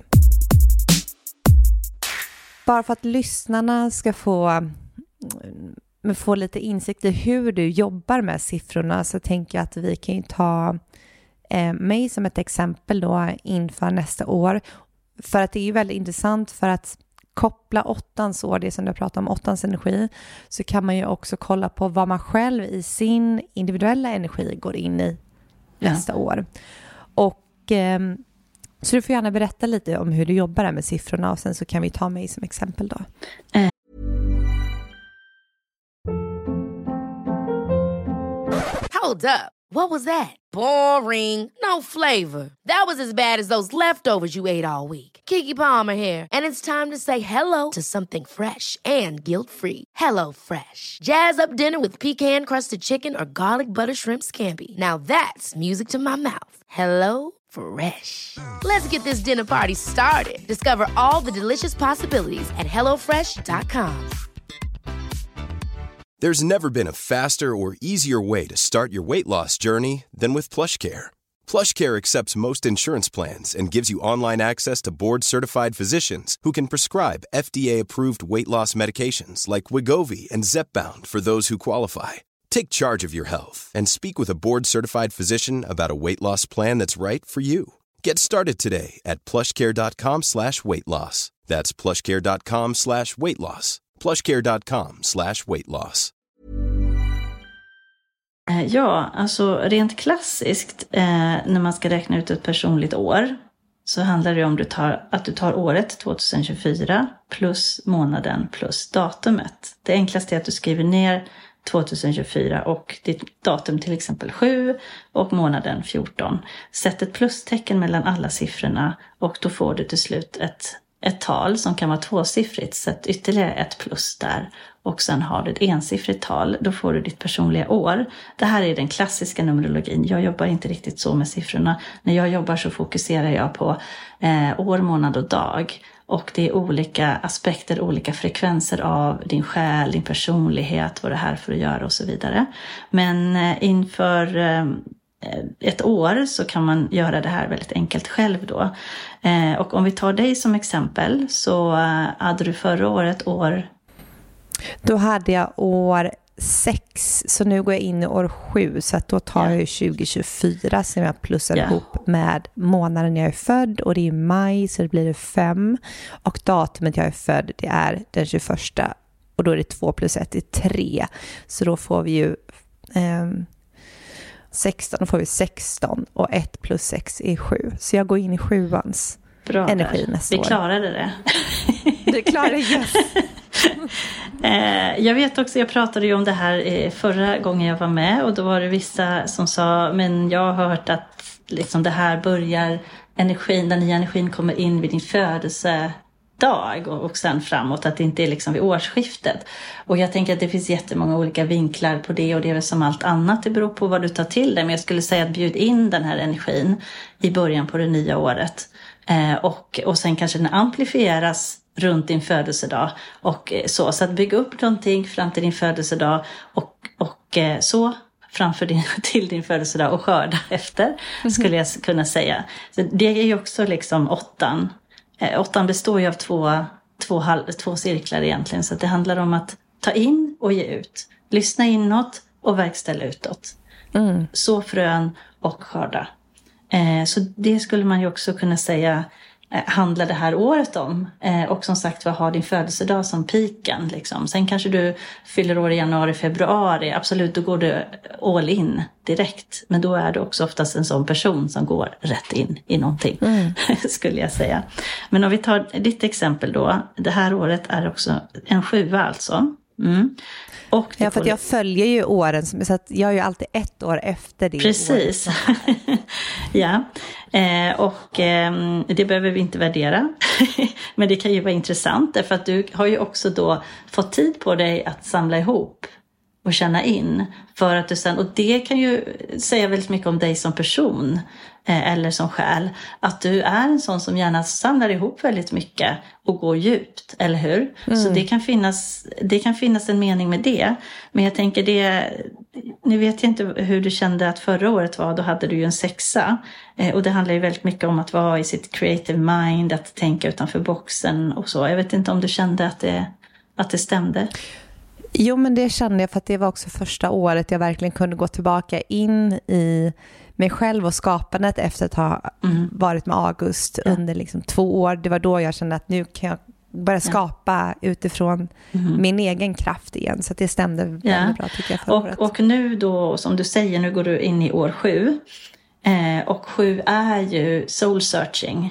Bara för att lyssnarna ska få lite insikt i hur du jobbar med siffrorna, så tänker jag att vi kan ju ta mig som ett exempel då inför nästa år. För att det är ju väldigt intressant, för att koppla 8:ans år, det som du pratar om, 8:ans energi, så kan man ju också kolla på vad man själv i sin individuella energi går in i nästa år. Och så du får gärna berätta lite om hur du jobbar med siffrorna, och sen så kan vi ta mig som exempel då. Hold up. What was that? Boring. No flavor. That was as bad as those leftovers you ate all week. Keke Palmer here. And it's time to say hello to something fresh and guilt-free. Hello Fresh. Jazz up dinner with pecan-crusted chicken or garlic butter shrimp scampi. Now that's music to my mouth. Hello Fresh. Let's get this dinner party started. Discover all the delicious possibilities at hellofresh.com. There's never been a faster or easier way to start your weight loss journey than with PlushCare. PlushCare accepts most insurance plans and gives you online access to board-certified physicians who can prescribe FDA-approved weight loss medications like Wegovy and Zepbound for those who qualify. Take charge of your health and speak with a board-certified physician about a weight loss plan that's right for you. Get started today at plushcare.com/weightloss. That's plushcare.com/weightloss. plushcare.com/weightloss. Ja, alltså rent klassiskt när man ska räkna ut ett personligt år, så handlar det om att du tar året 2024 plus månaden plus datumet. Det enklaste är att du skriver ner 2024 och ditt datum till exempel 7 och månaden 14. Sätt ett plustecken mellan alla siffrorna och då får du till slut ett tal som kan vara tvåsiffrigt. Sätt ytterligare ett plus där och sen har du ett ensiffrigt tal. Då får du ditt personliga år. Det här är den klassiska numerologin. Jag jobbar inte riktigt så med siffrorna. När jag jobbar så fokuserar jag på år, månad och dag. Och det är olika aspekter, olika frekvenser av din själ, din personlighet, vad det är här för att göra och så vidare. Men inför ett år så kan man göra det här väldigt enkelt själv då. Och om vi tar dig som exempel, så hade du förra året år... Då hade jag år 6, så nu går jag in i år 7, så att då tar jag 2024 som jag plussar ihop med månaden jag är född, och det är maj, så det blir det 5, och datumet jag är född, det är den 21, och då är det 2 plus 1 är 3, så då får vi ju 16, då får vi 16, och 1 plus 6 är 7, så jag går in i 7:ans energi nästa år. Vi klarade det. Du klarade yes. Jag vet också, jag pratade ju om det här förra gången jag var med, och då var det vissa som sa, men jag har hört att liksom det här börjar energin, den nya energin kommer in vid din födelse dag och sen framåt, att det inte är liksom vid årsskiftet. Och jag tänker att det finns jättemånga olika vinklar på det, och det är väl som allt annat, det beror på vad du tar till dig. Men jag skulle säga att bjud in den här energin i början på det nya året, och sen kanske den amplifieras runt din födelsedag och så att bygga upp någonting fram till din födelsedag och så till din födelsedag och skörda efter, skulle jag kunna säga. Så det är ju också liksom 8. 8 består ju av två cirklar egentligen, så att det handlar om att ta in och ge ut, lyssna inåt och verkställa utåt. Så frön och skörda. Så det skulle man ju också kunna säga handlar det här året om. Och som sagt, vad har din födelsedag som piken liksom. Sen kanske du fyller år i januari, februari. Absolut, då går du all in direkt. Men då är du också oftast en sån person som går rätt in i någonting, skulle jag säga. Men om vi tar ditt exempel då. Det här året är också en 7 alltså. Och för att jag följer ju åren, så att jag är ju alltid ett år efter det. Precis. Ja. Det behöver vi inte värdera. Men det kan ju vara intressant, därför att du har ju också då fått tid på dig att samla ihop och känna in, för att du sen, och det kan ju säga väldigt mycket om dig som person eller som själ, att du är en sån som gärna samlar ihop väldigt mycket och går djupt, eller hur? Så det kan finnas en mening med det. Men jag tänker nu vet jag inte hur du kände att förra året var, då hade du ju en 6, och det handlar ju väldigt mycket om att vara i sitt creative mind, att tänka utanför boxen och så. Jag vet inte om du kände att det stämde. Jo, men det kände jag, för att det var också första året jag verkligen kunde gå tillbaka in i mig själv och skapandet efter att ha varit med August under liksom 2 år. Det var då jag kände att nu kan jag börja skapa utifrån min egen kraft igen. Så att det stämde väldigt bra, tycker jag, förra året. Och nu då, som du säger, nu går du in i år 7. Och 7 är ju soul searching.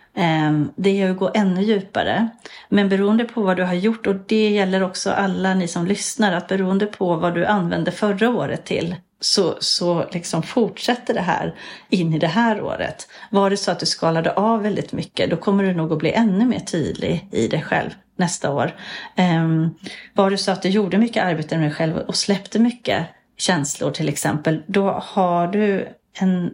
Det är ju att gå ännu djupare. Men beroende på vad du har gjort, och det gäller också alla ni som lyssnar, att beroende på vad du använde förra året till, så liksom fortsätter det här in i det här året. Var det så att du skalade av väldigt mycket, då kommer du nog att bli ännu mer tydlig i dig själv nästa år. Var det så att du gjorde mycket arbete med dig själv och släppte mycket känslor till exempel, då har du en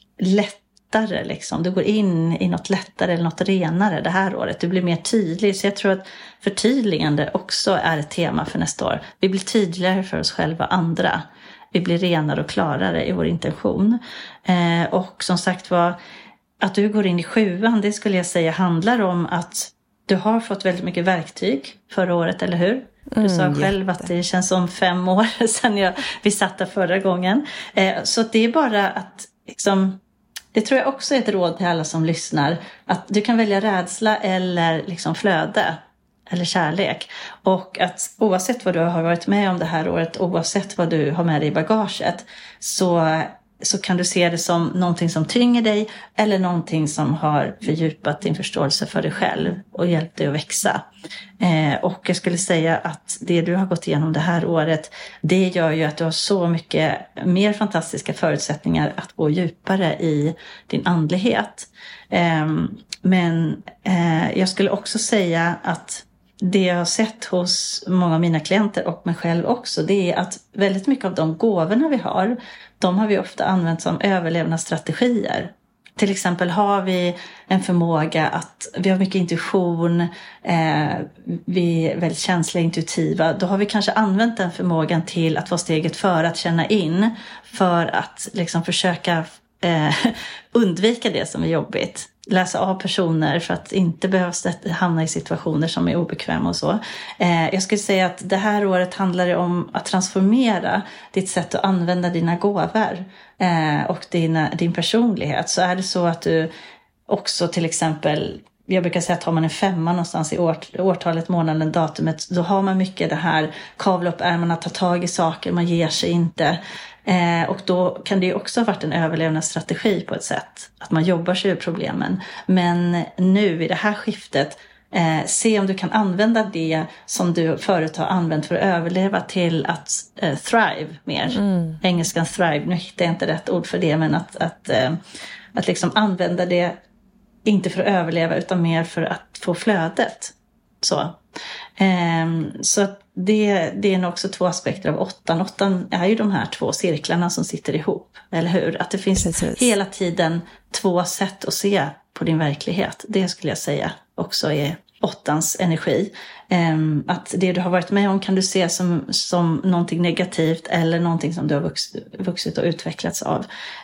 lättare liksom, du går in i något lättare eller något renare det här året. Du blir mer tydlig, så jag tror att förtydligande också är ett tema för nästa år. Vi blir tydligare för oss själva och andra. Vi blir renare och klarare i vår intention. Och som sagt var, att du går in i 7, det skulle jag säga handlar om att du har fått väldigt mycket verktyg förra året, eller hur? Du sa själv att det känns som 5 år sedan vi satt där förra gången. Så det är bara att liksom, det tror jag också är ett råd till alla som lyssnar, att du kan välja rädsla eller liksom flöde eller kärlek. Och att oavsett vad du har varit med om det här året, oavsett vad du har med dig i bagaget, så kan du se det som någonting som tynger dig, eller någonting som har fördjupat din förståelse för dig själv och hjälpt dig att växa. Och jag skulle säga att det du har gått igenom det här året, det gör ju att du har så mycket mer fantastiska förutsättningar att gå djupare i din andlighet. Men jag skulle också säga att det jag har sett hos många av mina klienter och mig själv också, det är att väldigt mycket av de gåvorna vi har, de har vi ofta använt som överlevnadsstrategier. Till exempel har vi en förmåga att, vi har mycket intuition, vi är väldigt känsliga, intuitiva. Då har vi kanske använt den förmågan till att vara steget före, att känna in, för att liksom försöka undvika det som är jobbigt. Läsa av personer för att inte behöva hamna i situationer som är obekväma och så. Jag skulle säga att det här året handlar det om att transformera ditt sätt att använda dina gåvor och din personlighet. Så är det så att du också till exempel, jag brukar säga att har man en 5 någonstans i årtalet, månaden, datumet, då har man mycket det här, kavla upp ärmarna, ta tag i saker, man ger sig inte. Och då kan det ju också ha varit en överlevnadsstrategi på ett sätt, att man jobbar sig ur problemen. Men nu i det här skiftet, se om du kan använda det som du förut har använt för att överleva till att thrive mer. Engelskan thrive, nu hittar jag inte rätt ord för det, men att liksom använda det inte för att överleva utan mer för att få flödet. Så att det är nog också 2 aspekter av 8. 8 är ju de här 2 cirklarna som sitter ihop, eller hur? Att det finns hela tiden 2 sätt att se på din verklighet. Det skulle jag säga också är 8:ans energi. Att det du har varit med om kan du se som någonting negativt eller någonting som du har vuxit och utvecklats av.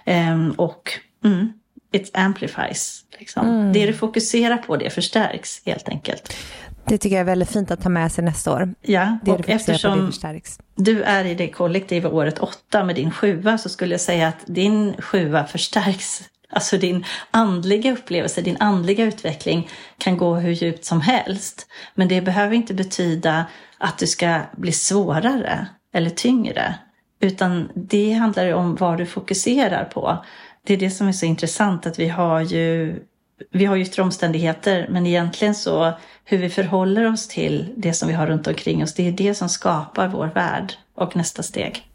It amplifies. Liksom. Det du fokuserar på, det förstärks helt enkelt. Det tycker jag är väldigt fint att ta med sig nästa år. Ja, det och eftersom du är i det kollektiva året 8 med din 7, så skulle jag säga att din 7 förstärks. Alltså din andliga upplevelse, din andliga utveckling kan gå hur djupt som helst. Men det behöver inte betyda att du ska bli svårare eller tyngre. Utan det handlar om vad du fokuserar på. Det är det som är så intressant, att vi har ju yttre omständigheter, men egentligen så hur vi förhåller oss till det som vi har runt omkring oss, det är det som skapar vår värld och nästa steg.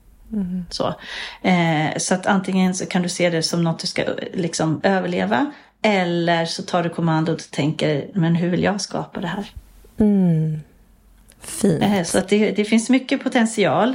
Så att antingen så kan du se det som något du ska liksom överleva, eller så tar du kommandot och tänker, men hur vill jag skapa det här? Fint. Så att det finns mycket potential.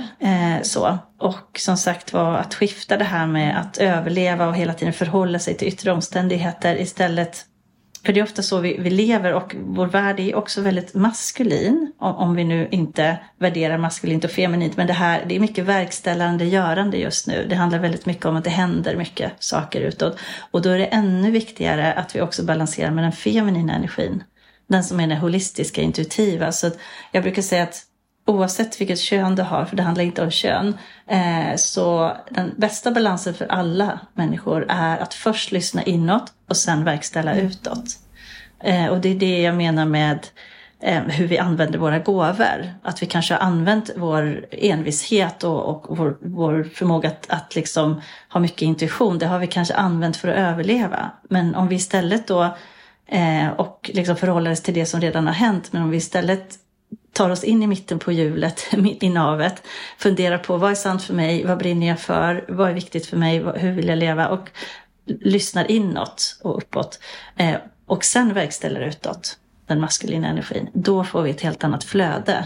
Och som sagt var, att skifta det här med att överleva och hela tiden förhålla sig till yttre omständigheter istället. För det är ofta så vi lever, och vår värld är också väldigt maskulin. Om vi nu inte värderar maskulint och feminint. Men det är mycket verkställande, görande just nu. Det handlar väldigt mycket om att det händer mycket saker utåt. Och då är det ännu viktigare att vi också balanserar med den feminina energin. Den som är den holistiska, intuitiva. Så jag brukar säga att oavsett vilket kön du har, för det handlar inte om kön, så den bästa balansen för alla människor är att först lyssna inåt och sen verkställa utåt. Och det är det jag menar med hur vi använder våra gåvor. Att vi kanske har använt vår envishet och vår förmåga att liksom ha mycket intuition. Det har vi kanske använt för att överleva. Men om vi istället då och liksom förhåller oss till det som redan har hänt, men om vi istället tar oss in i mitten på hjulet, mitt i navet, funderar på vad är sant för mig, vad brinner jag för, vad är viktigt för mig, hur vill jag leva, och lyssnar inåt och uppåt, och sen verkställer utåt den maskulina energin, då får vi ett helt annat flöde.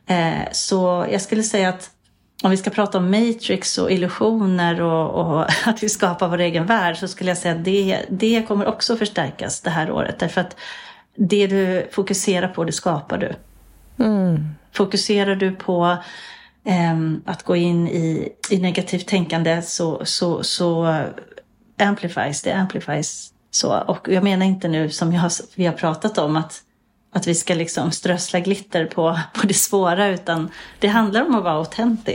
Så jag skulle säga att om vi ska prata om matrix och illusioner och att vi skapar vår egen värld, så skulle jag säga att det kommer också förstärkas det här året. Därför att det du fokuserar på, det skapar du. Fokuserar du på att gå in i negativt tänkande, så amplifies så. Och jag menar inte nu, som vi har pratat om, att vi ska liksom strössla glitter på det svåra, utan det handlar om att vara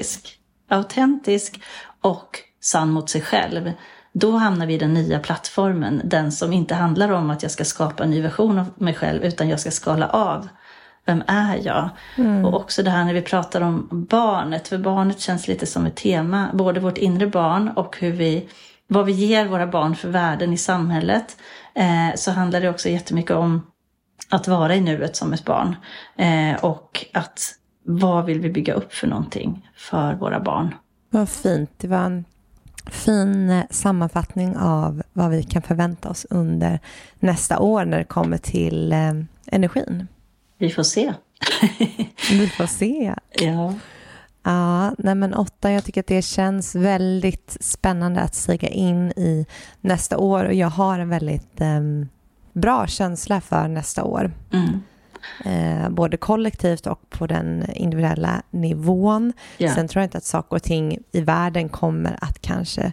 autentisk och sann mot sig själv. Då hamnar vi i den nya plattformen, den som inte handlar om att jag ska skapa en ny version av mig själv, utan jag ska skala av. Vem är jag? Och också det här när vi pratar om barnet, för barnet känns lite som ett tema, både vårt inre barn och vad vi ger våra barn för värden i samhället, så handlar det också jättemycket om att vara i nuet som ett barn, och att vad vill vi bygga upp för någonting för våra barn. Vad fint, det var en fin sammanfattning av vad vi kan förvänta oss under nästa år när det kommer till energin. Vi får se. Vi får se. Ja. Ja, nej men 8, jag tycker att det känns väldigt spännande att stiga in i nästa år, och jag har en väldigt bra känsla för nästa år. Både kollektivt och på den individuella nivån. Yeah. Sen tror jag inte att saker och ting i världen kommer att kanske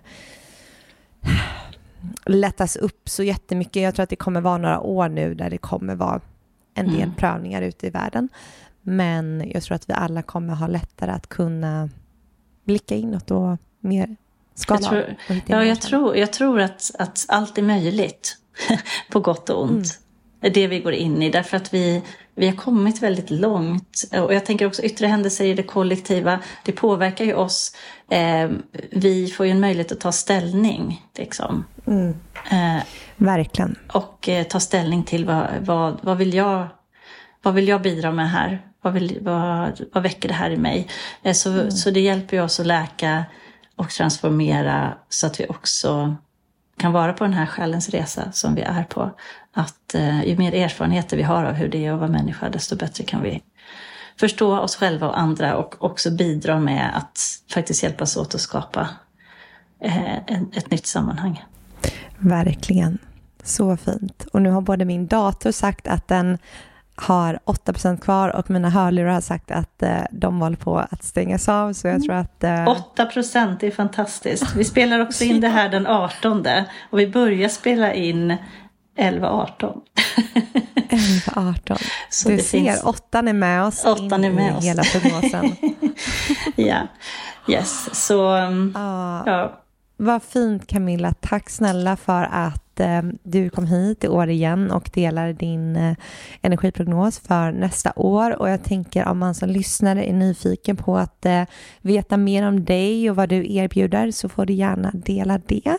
lättas upp så jättemycket. Jag tror att det kommer vara några år nu där det kommer vara en del prövningar ute i världen. Men jag tror att vi alla kommer ha lättare att kunna blicka inåt och mer skala. Jag tror att allt är möjligt på gott och ont. Det vi går in i, därför att vi har kommit väldigt långt, och jag tänker också yttre händelser i det kollektiva, det påverkar ju oss. Vi får ju en möjlighet att ta ställning liksom. Verkligen. Och ta ställning till vad vill jag bidra med här, vad väcker det här i mig, så det hjälper ju oss att läka och transformera, så att vi också kan vara på den här själens resa som vi är på. att ju mer erfarenheter vi har av hur det är att vara människa, desto bättre kan vi förstå oss själva och andra och också bidra med att faktiskt hjälpas åt att skapa ett nytt sammanhang. Verkligen. Så fint. Och nu har både min dator sagt att den har 8% kvar och mina hörlurar har sagt att de håller på att stängas av. Så jag tror att... 8% är fantastiskt. Vi spelar också in det här den 18 och vi börjar spela in 11-18. 11-18. Så du ser, 8 är med oss. 8 är med oss. Hela prognosen. Ja, yes. Så, ja. Vad fint, Camilla. Tack snälla för att du kom hit i år igen och delar din energiprognos för nästa år. Och jag tänker om man som lyssnare är nyfiken på att veta mer om dig och vad du erbjuder, så får du gärna dela det.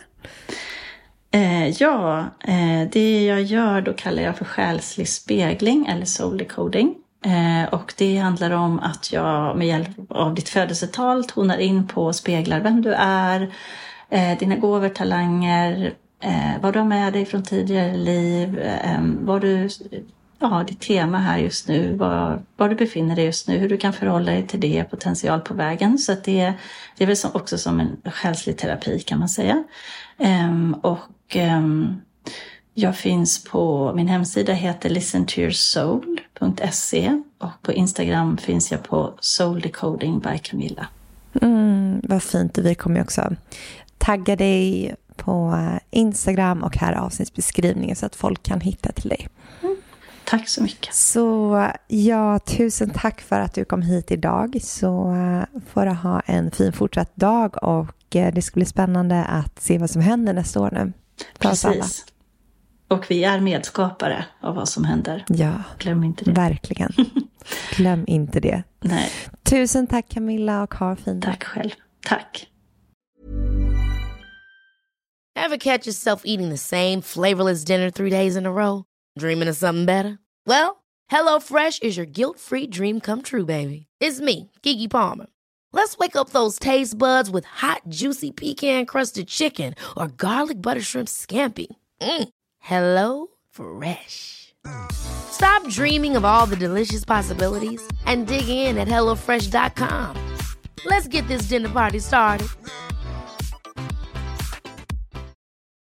Det jag gör då kallar jag för själslig spegling eller soul decoding. Och det handlar om att jag med hjälp av ditt födelsetal tonar in på och speglar vem du är, dina gåvor, talanger, vad du har med dig från tidigare liv, ditt tema här just nu, var du befinner dig just nu, hur du kan förhålla dig till det, potential på vägen. Så att det är väl också som en själslig terapi kan man säga. Jag finns på min hemsida, heter listentoyoursoul.se, och på Instagram finns jag på Soul Decoding by Camilla. Vad fint. Vi kommer också tagga dig på Instagram och här avsnittsbeskrivningen så att folk kan hitta till dig. Tack så mycket. Så ja, tusen tack för att du kom hit idag. Så får du ha en fin fortsatt dag och det ska bli spännande att se vad som händer nästa år nu. Precis. Och vi är medskapare av vad som händer. Ja, glöm inte det. Verkligen. Glöm inte det. Nej. Tusen tack Camilla och ha en fin dag. Tack själv. Tack. Ever catch yourself eating the same flavorless dinner 3 days in a row? Dreaming of something better? Well, HelloFresh is your guilt-free dream come true, baby. It's me, Keke Palmer. Let's wake up those taste buds with hot, juicy pecan-crusted chicken or garlic butter shrimp scampi. Hello Fresh. Stop dreaming of all the delicious possibilities and dig in at HelloFresh.com. Let's get this dinner party started.